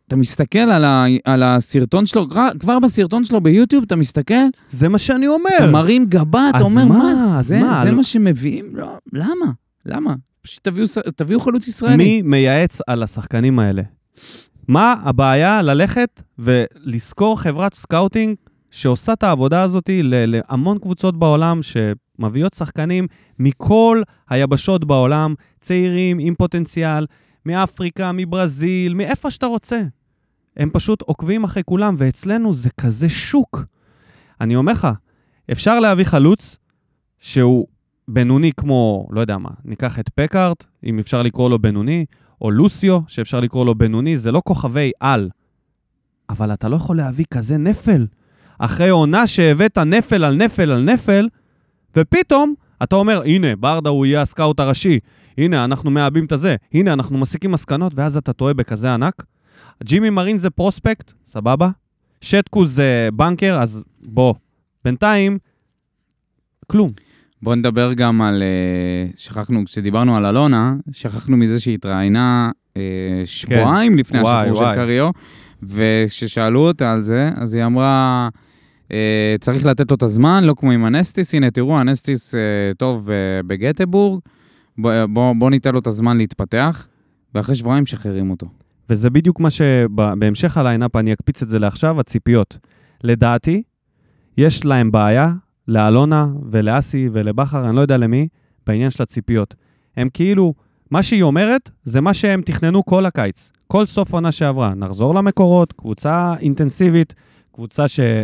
אתה מסתכל על הסרטון שלו, כבר בסרטון שלו ביוטיוב, אתה מסתכל, זה מה שאני אומר. אתה מרים גבה, אתה אומר, מה? זה לא... מה שמביאים? לא, למה? פשוט תביאו חלוץ ישראלי. מי מייעץ על השחקנים האלה? מה הבעיה ללכת ולזכור חברת סקאוטינג שעושה את העבודה הזאת להמון קבוצות בעולם שמביאות שחקנים מכל היבשות בעולם, צעירים עם פוטנציאל, מאפריקה, מברזיל, מאיפה שאתה רוצה. הם פשוט עוקבים אחרי כולם, ואצלנו זה כזה שוק. אני אומר לך, אפשר להביא חלוץ שהוא בינוני כמו, לא יודע מה, ניקח את פקארט, אם אפשר לקרוא לו בינוני, או לוסיו, שאפשר לקרוא לו בינוני, זה לא כוכבי על. אבל אתה לא יכול להביא כזה נפל. אחרי עונה שהבאת נפל על נפל על נפל, ופתאום אתה אומר, הנה, ברדה הוא יהיה הסקאוט הראשי, הנה, אנחנו מאבאים את הזה, הנה, אנחנו מסיקים מסקנות, ואז אתה טועה בכזה ענק. ג'ימי מרין זה פרוספקט, סבבה? שטקו זה בנקר, אז בוא. בינתיים, כלום. בוא נדבר גם על, כשדיברנו על אלונה, שכחנו מזה שהתראיינה שבועיים כן. לפני השחרור של קריו, וכששאלו אותה על זה, אז היא אמרה, צריך לתת לו את הזמן, לא כמו עם אנסטיס, הנה תראו, אנסטיס טוב בגטבורג, בוא ניתן לו את הזמן להתפתח, ואחרי שבועיים שחררים אותו. וזה בדיוק מה שבהמשך הליינאפ, אני אקפיץ את זה לעכשיו, הציפיות. לדעתי, יש להם בעיה, לאלונה ולאסי ולבחר, אני לא יודע למי, בעניין של הציפיות. הם כאילו, מה שהיא אומרת, זה מה שהם תכננו כל הקיץ. כל סוף עונה שעברה. נחזור למקורות, קבוצה אינטנסיבית, קבוצה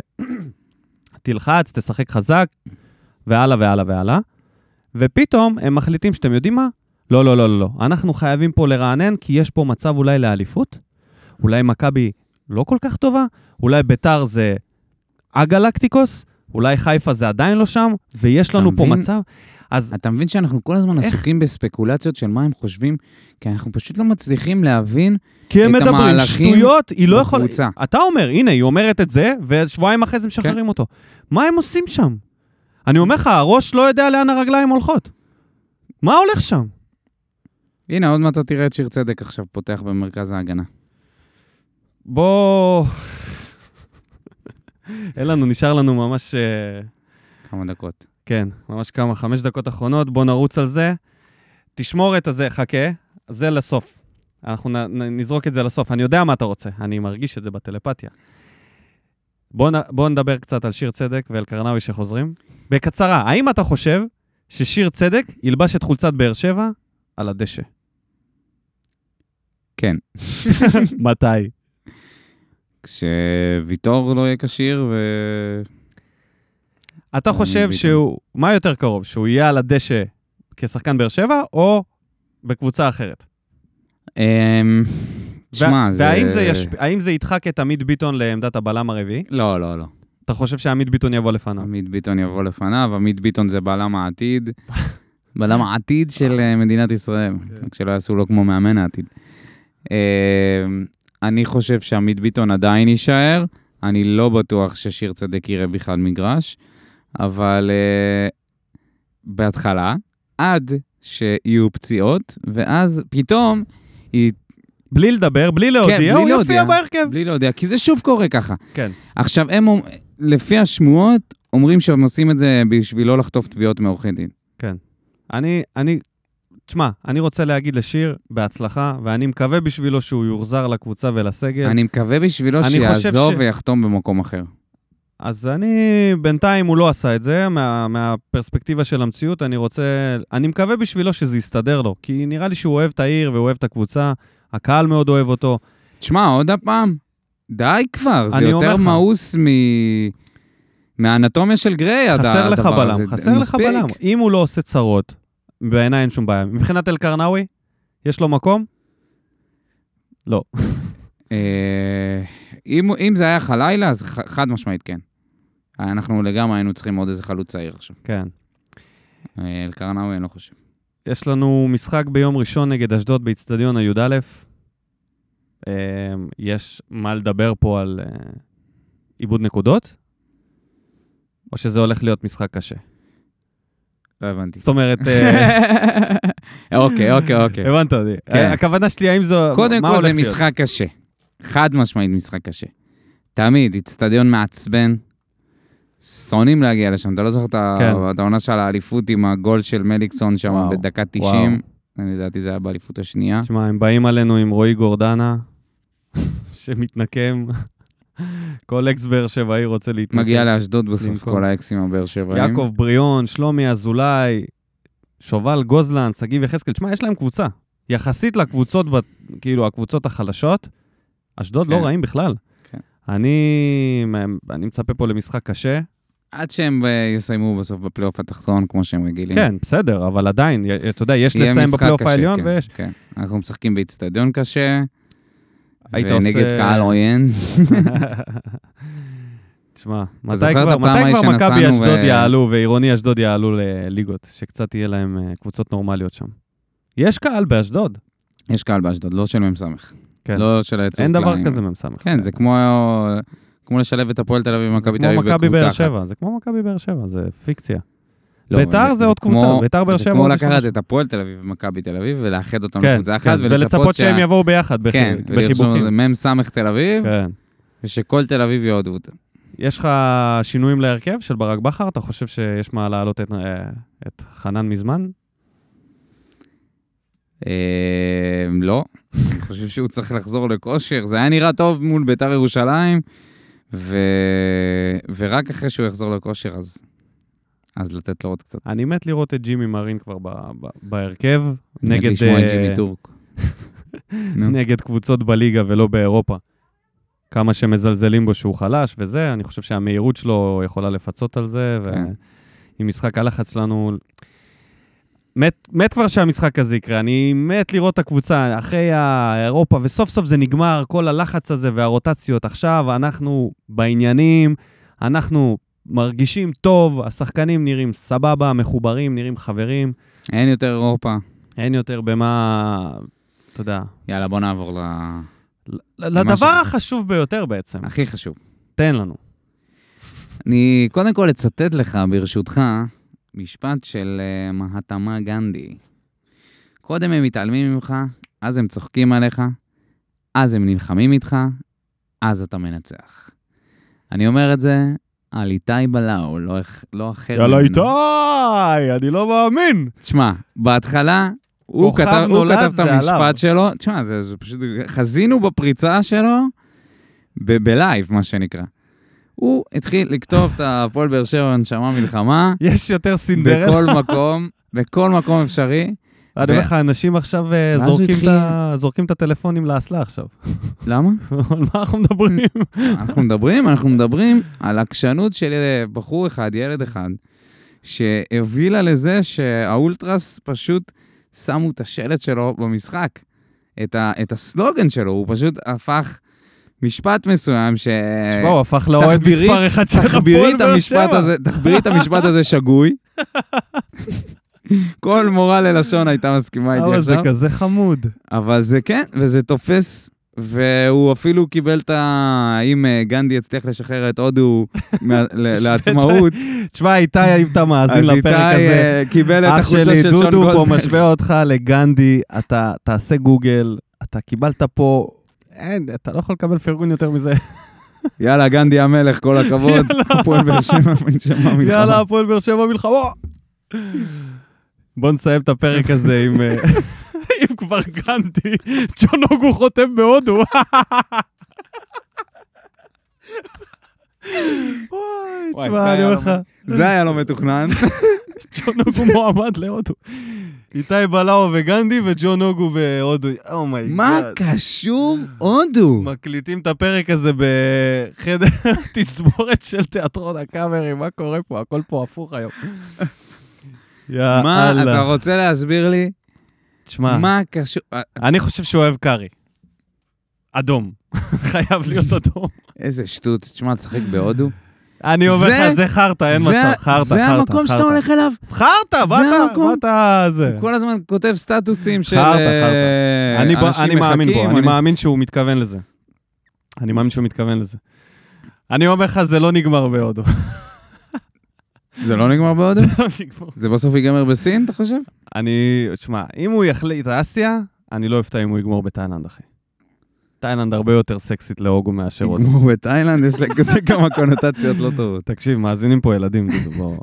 שתלחץ, תשחק חזק, והלאה והלאה והלאה. ופתאום הם מחליטים שאתם יודעים מה? לא, לא, לא, לא, לא. אנחנו חייבים פה לרענן, כי יש פה מצב אולי לאליפות. אולי מכבי לא כל כך טובה. אולי ביתר זה הגלקטיקוס. אולי חיפה זה עדיין לא שם, ויש לנו פה מצב. אז אתה מבין שאנחנו כל הזמן עסוקים בספקולציות של מה הם חושבים, כי אנחנו פשוט לא מצליחים להבין את המהלכים בקבוצה. כי הם מדברים שטויות, היא לא יכולה... אתה אומר, הנה, היא אומרת את זה, ושבועיים אחרי זה משחררים אותו. מה הם עושים שם? אני אומר לך, הראש לא יודע לאן הרגליים הולכות. מה הולך שם? הנה, עוד מעט תראה את שיר צדק עכשיו פותח במרכז ההגנה. בוא... נשאר לנו ממש... כמה דקות. כן, ממש 5 דקות אחרונות, בוא נרוץ על זה. תשמור את הזה, חכה, זה לסוף. אנחנו נזרוק את זה לסוף. אני יודע מה אתה רוצה, אני מרגיש את זה בטלפתיה. בוא נדבר קצת על שיר צדק ועל קרנאוי שחוזרים. בקצרה, האם אתה חושב ששיר צדק ילבש את חולצת באר שבע על הדשא? כן. מתי? כשוויטור לא יהיה קשיר ו... אתה חושב שהוא, מה יותר קרוב? שהוא יהיה על הדשא כשחקן באר שבע, או בקבוצה אחרת? תשמע, זה... והאם זה ידחק את עמית ביטון לעמדת הבלם הרביעי? לא, לא, לא. אתה חושב שעמית ביטון יבוא לפניו? עמית ביטון יבוא לפניו, עמית ביטון זה בלם העתיד, בלם העתיד של מדינת ישראל, כשלא יעשו לו כמו מאמן העתיד. אני חושב שעמית ביטון עדיין יישאר, אני לא בטוח ששיר צדק יראה בכלל מגרש, אבל בהתחלה, עד שיהיו פציעות, ואז פתאום היא... בלי לדבר, בלי להודיע, הוא יופיע בהרכב. בלי להודיע, כי זה שוב קורה ככה. כן. עכשיו, הם, לפי השמועות, אומרים שהם עושים את זה בשבילו לחטוף תביעות מעורכי דין. כן. תשמע, אני רוצה להגיד לשיר בהצלחה, ואני מקווה בשבילו שהוא יוחזר לקבוצה ולסגל. אני מקווה בשבילו שיעזוב ויחתום במקום אחר. אז בינתיים הוא לא עשה את זה, מהפרספקטיבה של המציאות, אני מקווה בשבילו שזה יסתדר לו, כי נראה לי שהוא אוהב את העיר ואוהב את הקבוצה, הקהל מאוד אוהב אותו. תשמע, עוד הפעם, די כבר, זה יותר מאוס מהאנטומיה של גריי, חסר לך בלם, חסר לך בלם. אם הוא לא עושה צרות, בעיניי אין שום בעיה. מבחינת אל קרנאווי, יש לו מקום? לא. אם זה היה חלילה, אז חד משמעית כן. אנחנו לגמרי היינו צריכים עוד איזה חלוץ צעיר עכשיו. כן. אל קרנאווי, אני לא חושב. יש לנו משחק ביום ראשון נגד אשדוד באצטדיון הי"א. יש מה לדבר פה על עיבוד נקודות? או שזה הולך להיות משחק קשה? לא הבנתי. זאת אומרת... אוקיי. הבנת אותי. הכוונה שלי, האם זו... קודם כל זה משחק קשה. חד משמעית משחק קשה. תמיד, אצטדיון מעצבן, שונאים להגיע לשם. אתה לא זוכר את העונה של האליפות עם הגול של מליקסון שם בדקה 90. אני לדעתי זה היה באליפות השנייה. תשמע, הם באים עלינו עם רועי גורדנה, שמתנקם. כל אקס באר שבעי רוצה להתנקם. מגיע לאשדוד בסוף כל האקסים הבאר שבעים. יעקב בריון, שלומי אזולאי, שובל גוזלן, סגיב יחזקאל. תשמע, יש להם קבוצה. יחסית לקבוצות, כאילו הקבוצות החלשות, אשדוד לא רעים בכלל. אני מצפה פה למשחק קשה. עד שהם יסיימו בסוף בפלייאוף התחתון, כמו שהם רגילים. כן, בסדר, אבל עדיין, אתה יודע, יש לסיים בפלייאוף העליון ויש... כן, אנחנו משחקים באצטדיון קשה, ונגד קהל עוין. תשמע, מתי כבר מכבי אשדוד יעלו ועירוני אשדוד יעלו לליגות, שקצת יהיה להם קבוצות נורמליות שם. יש קהל באשדוד. יש קהל באשדוד, לא של ממסמך. לא של היצור אין דבר כזה ממסמך. כן, זה כמו לשלב את הפועל תל אביב ומכבי תל אביב בקבוצה אחת. זה כמו מכבי באר שבע, זה פיקציה. ביתר זה עוד קבוצה, ביתר באר שבע. זה כמו לקחת את הפועל תל אביב ומכבי תל אביב ולאחד אותם בקבוצה אחת, ולצפות שהם יבואו ביחד בחיבוקים. ממסמך תל אביב, ושכל תל אביב יעודו אותם. יש לך שינויים להרכב של ברק בכר? אתה חושב שיש מה להעלות את חנן מזמן? לא. אני חושב שהוא צריך לחזור לכושר. זה היה נראה טוב מול ביתר ירושלים, ורק אחרי שהוא יחזור לכושר, אז לתת לו עוד קצת. אני מת לראות את ג'ימי מרין כבר בהרכב. מת לשמוע את ג'ימי טורק. נגד קבוצות בליגה ולא באירופה. כמה שמזלזלים בו שהוא חלש וזה, אני חושב שהמהירות שלו יכולה לפצות על זה, ועם משחק הלחץ שלנו... מת כבר שהמשחק הזה יקרה, אני מת לראות את הקבוצה אחרי האירופה, וסוף סוף זה נגמר, כל הלחץ הזה והרוטציות. עכשיו אנחנו בעניינים, אנחנו מרגישים טוב, השחקנים נראים סבבה, מחוברים, נראים חברים. אין יותר אירופה. אין יותר במה, אתה יודע. יאללה, בוא נעבור לדבר החשוב ביותר בעצם. הכי חשוב. תן לנו. אני קודם כל אצטט לך, ברשותך, משפט של מהטמה גנדי. קודם הם מתעלמים ממך, אז הם צוחקים עליך, אז הם נלחמים איתך, אז אתה מנצח. אני אומר את זה על איתי בלאו, לא אחר. יאללה איתי, אני לא מאמין. תשמע, בהתחלה הוא כתב את המשפט שלו, תשמע, זה פשוט, חזינו בפריצה שלו, בלייב, מה שנקרא. הוא התחיל לכתוב את הפועל באר שבע הנשמה מלחמה. יש יותר סינדרלה. בכל מקום אפשרי. אני אומר לך, אנשים עכשיו זורקים את הטלפונים לאסלה עכשיו. למה? על מה אנחנו מדברים? אנחנו מדברים על עקשנות של בחור אחד, ילד אחד, שהובילה לזה שהאולטרס פשוט שמו את השלט שלו במשחק. את הסלוגן שלו, הוא פשוט הפך... משפט מסוים ש... תשמע, הוא הפך לאוהד מספר אחד של הפועל באר שבע. תחבירי את המשפט הזה שגוי. כל מורה ללשון הייתה מסכימה איתי עכשיו. אבל זה כזה חמוד. אבל זה כן, וזה תופס, והוא אפילו קיבל את ה... אם גנדי יצליח לשחרר את הודו לעצמאות. תשמע, איתי, אם אתה מאזין לפרק הזה, איתי קיבל את החוצה של שון גולדברג. דודו פה משווה אותך לגנדי, אתה תעשה גוגל, אתה קיבלת פה... אין, אתה לא יכול לקבל פרגון יותר מזה. יאללה, גנדי המלך, כל הכבוד. הפועל באר שבע מלחמה. יאללה, הפועל באר שבע מלחמה. בוא נסיים את הפרק הזה עם... אם כבר גנדי, ג'ון אוגו חותם בהודו. וואי, תשמע, אני אומר לך. זה היה לא מתוכנן. ג'ון אוגו מועמד להודו. איתי בלאו וגנדי וג'ון אוגו בהודו. מה קשור הודו? מקליטים את הפרק הזה בחדר תסבורת של תיאטרון הקאמרי. מה קורה פה? הכל פה הפוך היום. מה, אתה רוצה להסביר לי? תשמע, מה קשור? אני חושב שהוא אוהב קארי. אדום. חייב להיות אדום. איזה שטות. תשמע, תשחק בהודו. אני אומר לך, זה חרטה, אין מצב, חרטה. זה המקום שאתה הולך אליו? חרטה, באת זה. הוא כל הזמן כותב סטטוסים של אני מאמין בו, אני מאמין שהוא מתכוון לזה. אני אומר לך, זה לא נגמר בהודו. זה לא נגמר בהודו? זה בסוף ייגמר בסין, אתה חושב? תשמע, אם הוא יחליט אסיה, אני לא אפתע אם הוא יגמור בתאילנד, אחי. תאילנד הרבה יותר סקסית להוגו מאשר הודו. כמו בתאילנד, יש לזה כמה קונוטציות לא טובות. תקשיב, מאזינים פה ילדים, דודו,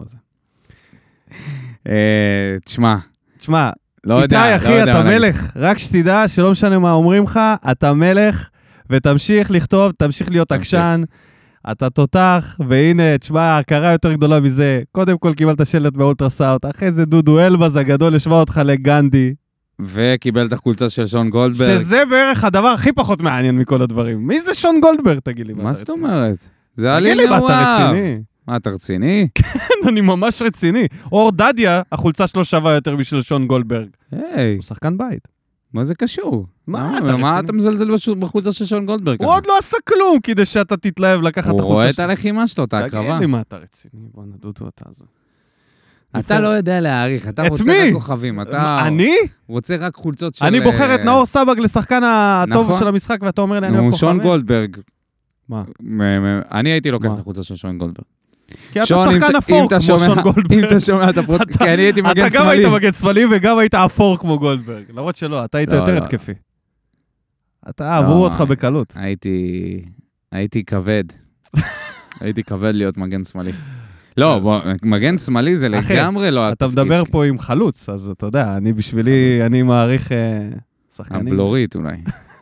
תשמע, לא יודע, איתי, אחי, אתה מלך. רק שתדע שלא משנה מה אומרים לך, אתה מלך, ותמשיך לכתוב, תמשיך להיות עקשן, אתה תותח, והנה, תשמע, ההכרה יותר גדולה מזה. קודם כל קיבלת שלט באולטרסאוט, אחרי זה דודו אלבז הגדול השווה אותך לגנדי. וקיבל את החולצה של שון גולדברג. שזה בערך הדבר הכי פחות מעניין מכל הדברים. מי זה שון גולדברג, תגיד לי? מה זאת אומרת? זה היה לי תגיד לי, מאוהב. אתה רציני? מה, אתה רציני? כן, אני ממש רציני. אור דדיה, החולצה שלו שווה יותר בשביל שון גולדברג. היי. הוא שחקן בית. מה זה קשור? מה, אתה רציני? מה אתה מזלזל בחולצה של שון גולדברג? הוא עוד לא עשה כלום כדי שאתה תתלהב לקחת את החולצה שלו. הוא רואה את הלחימה שלו, את ההקרבה. תגיד לי מה אתה רציני, בוא נדודו אתה הזו. אתה לא יודע להעריך, אתה רוצה רק כוכבים, אתה אני? רוצה רק חולצות של... אני בוחר את נאור סבג לשחקן הטוב של המשחק, ואתה אומר לי, אני אוהב כוכבים. שון גולדברג. מה? אני הייתי לוקח את החולצה של שון גולדברג. כי אתה שחקן אפור כמו שון גולדברג. אם אתה שומע את הפרוט... כי אני הייתי מגן שמאלי. אתה גם היית מגן שמאלי וגם היית אפור כמו גולדברג. למרות שלא, אתה היית יותר התקפי. אתה עברו אותך בקלות. הייתי כבד. הייתי כבד להיות מגן שמאלי. לא, מגן שמאלי זה לגמרי לא... אתה מדבר פה עם חלוץ, אז אתה יודע, אני בשבילי, אני מעריך שחקנים. הבלורית אולי.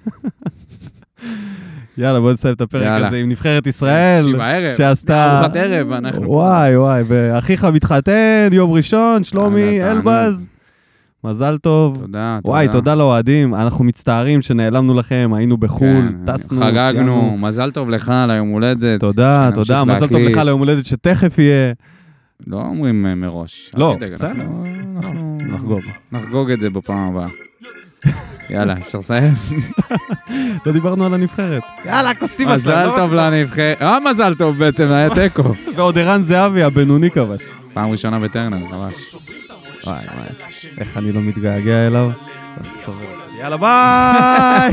יאללה, בוא נסיים את הפרק הזה עם נבחרת ישראל. בערב, שעשתה... ארוחת ערב, אנחנו... וואי, ואחיך מתחתן, יום ראשון, שלומי, אלבז. מזל טוב. תודה. וואי, תודה לאוהדים. אנחנו מצטערים שנעלמנו לכם, היינו בחול, טסנו. חגגנו, מזל טוב לך ליום הולדת. תודה, מזל טוב לך ליום הולדת שתכף יהיה. לא אומרים מראש. לא, בסדר. נחגוג את זה בפעם הבאה. יאללה, אפשר לסיים? לא דיברנו על הנבחרת. יאללה, כוסים השלם. מזל טוב לנבחרת. מזל טוב בעצם, היה תיקו. ועוד ערן זהבי, הבינוני כבש. פעם ראשונה בטרנר, כבש. וואי, איך אני לא מתגעגע אליו. יאללה, ביי!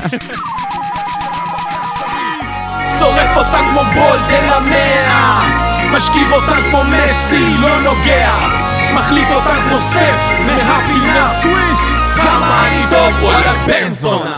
שורף אותה כמו בולדן למאה, משכיב אותה כמו מסי, לא נוגע, מחליט אותה כמו סטף, מהפינה סוויש, כמה אני טוב, וואלה בן זונה.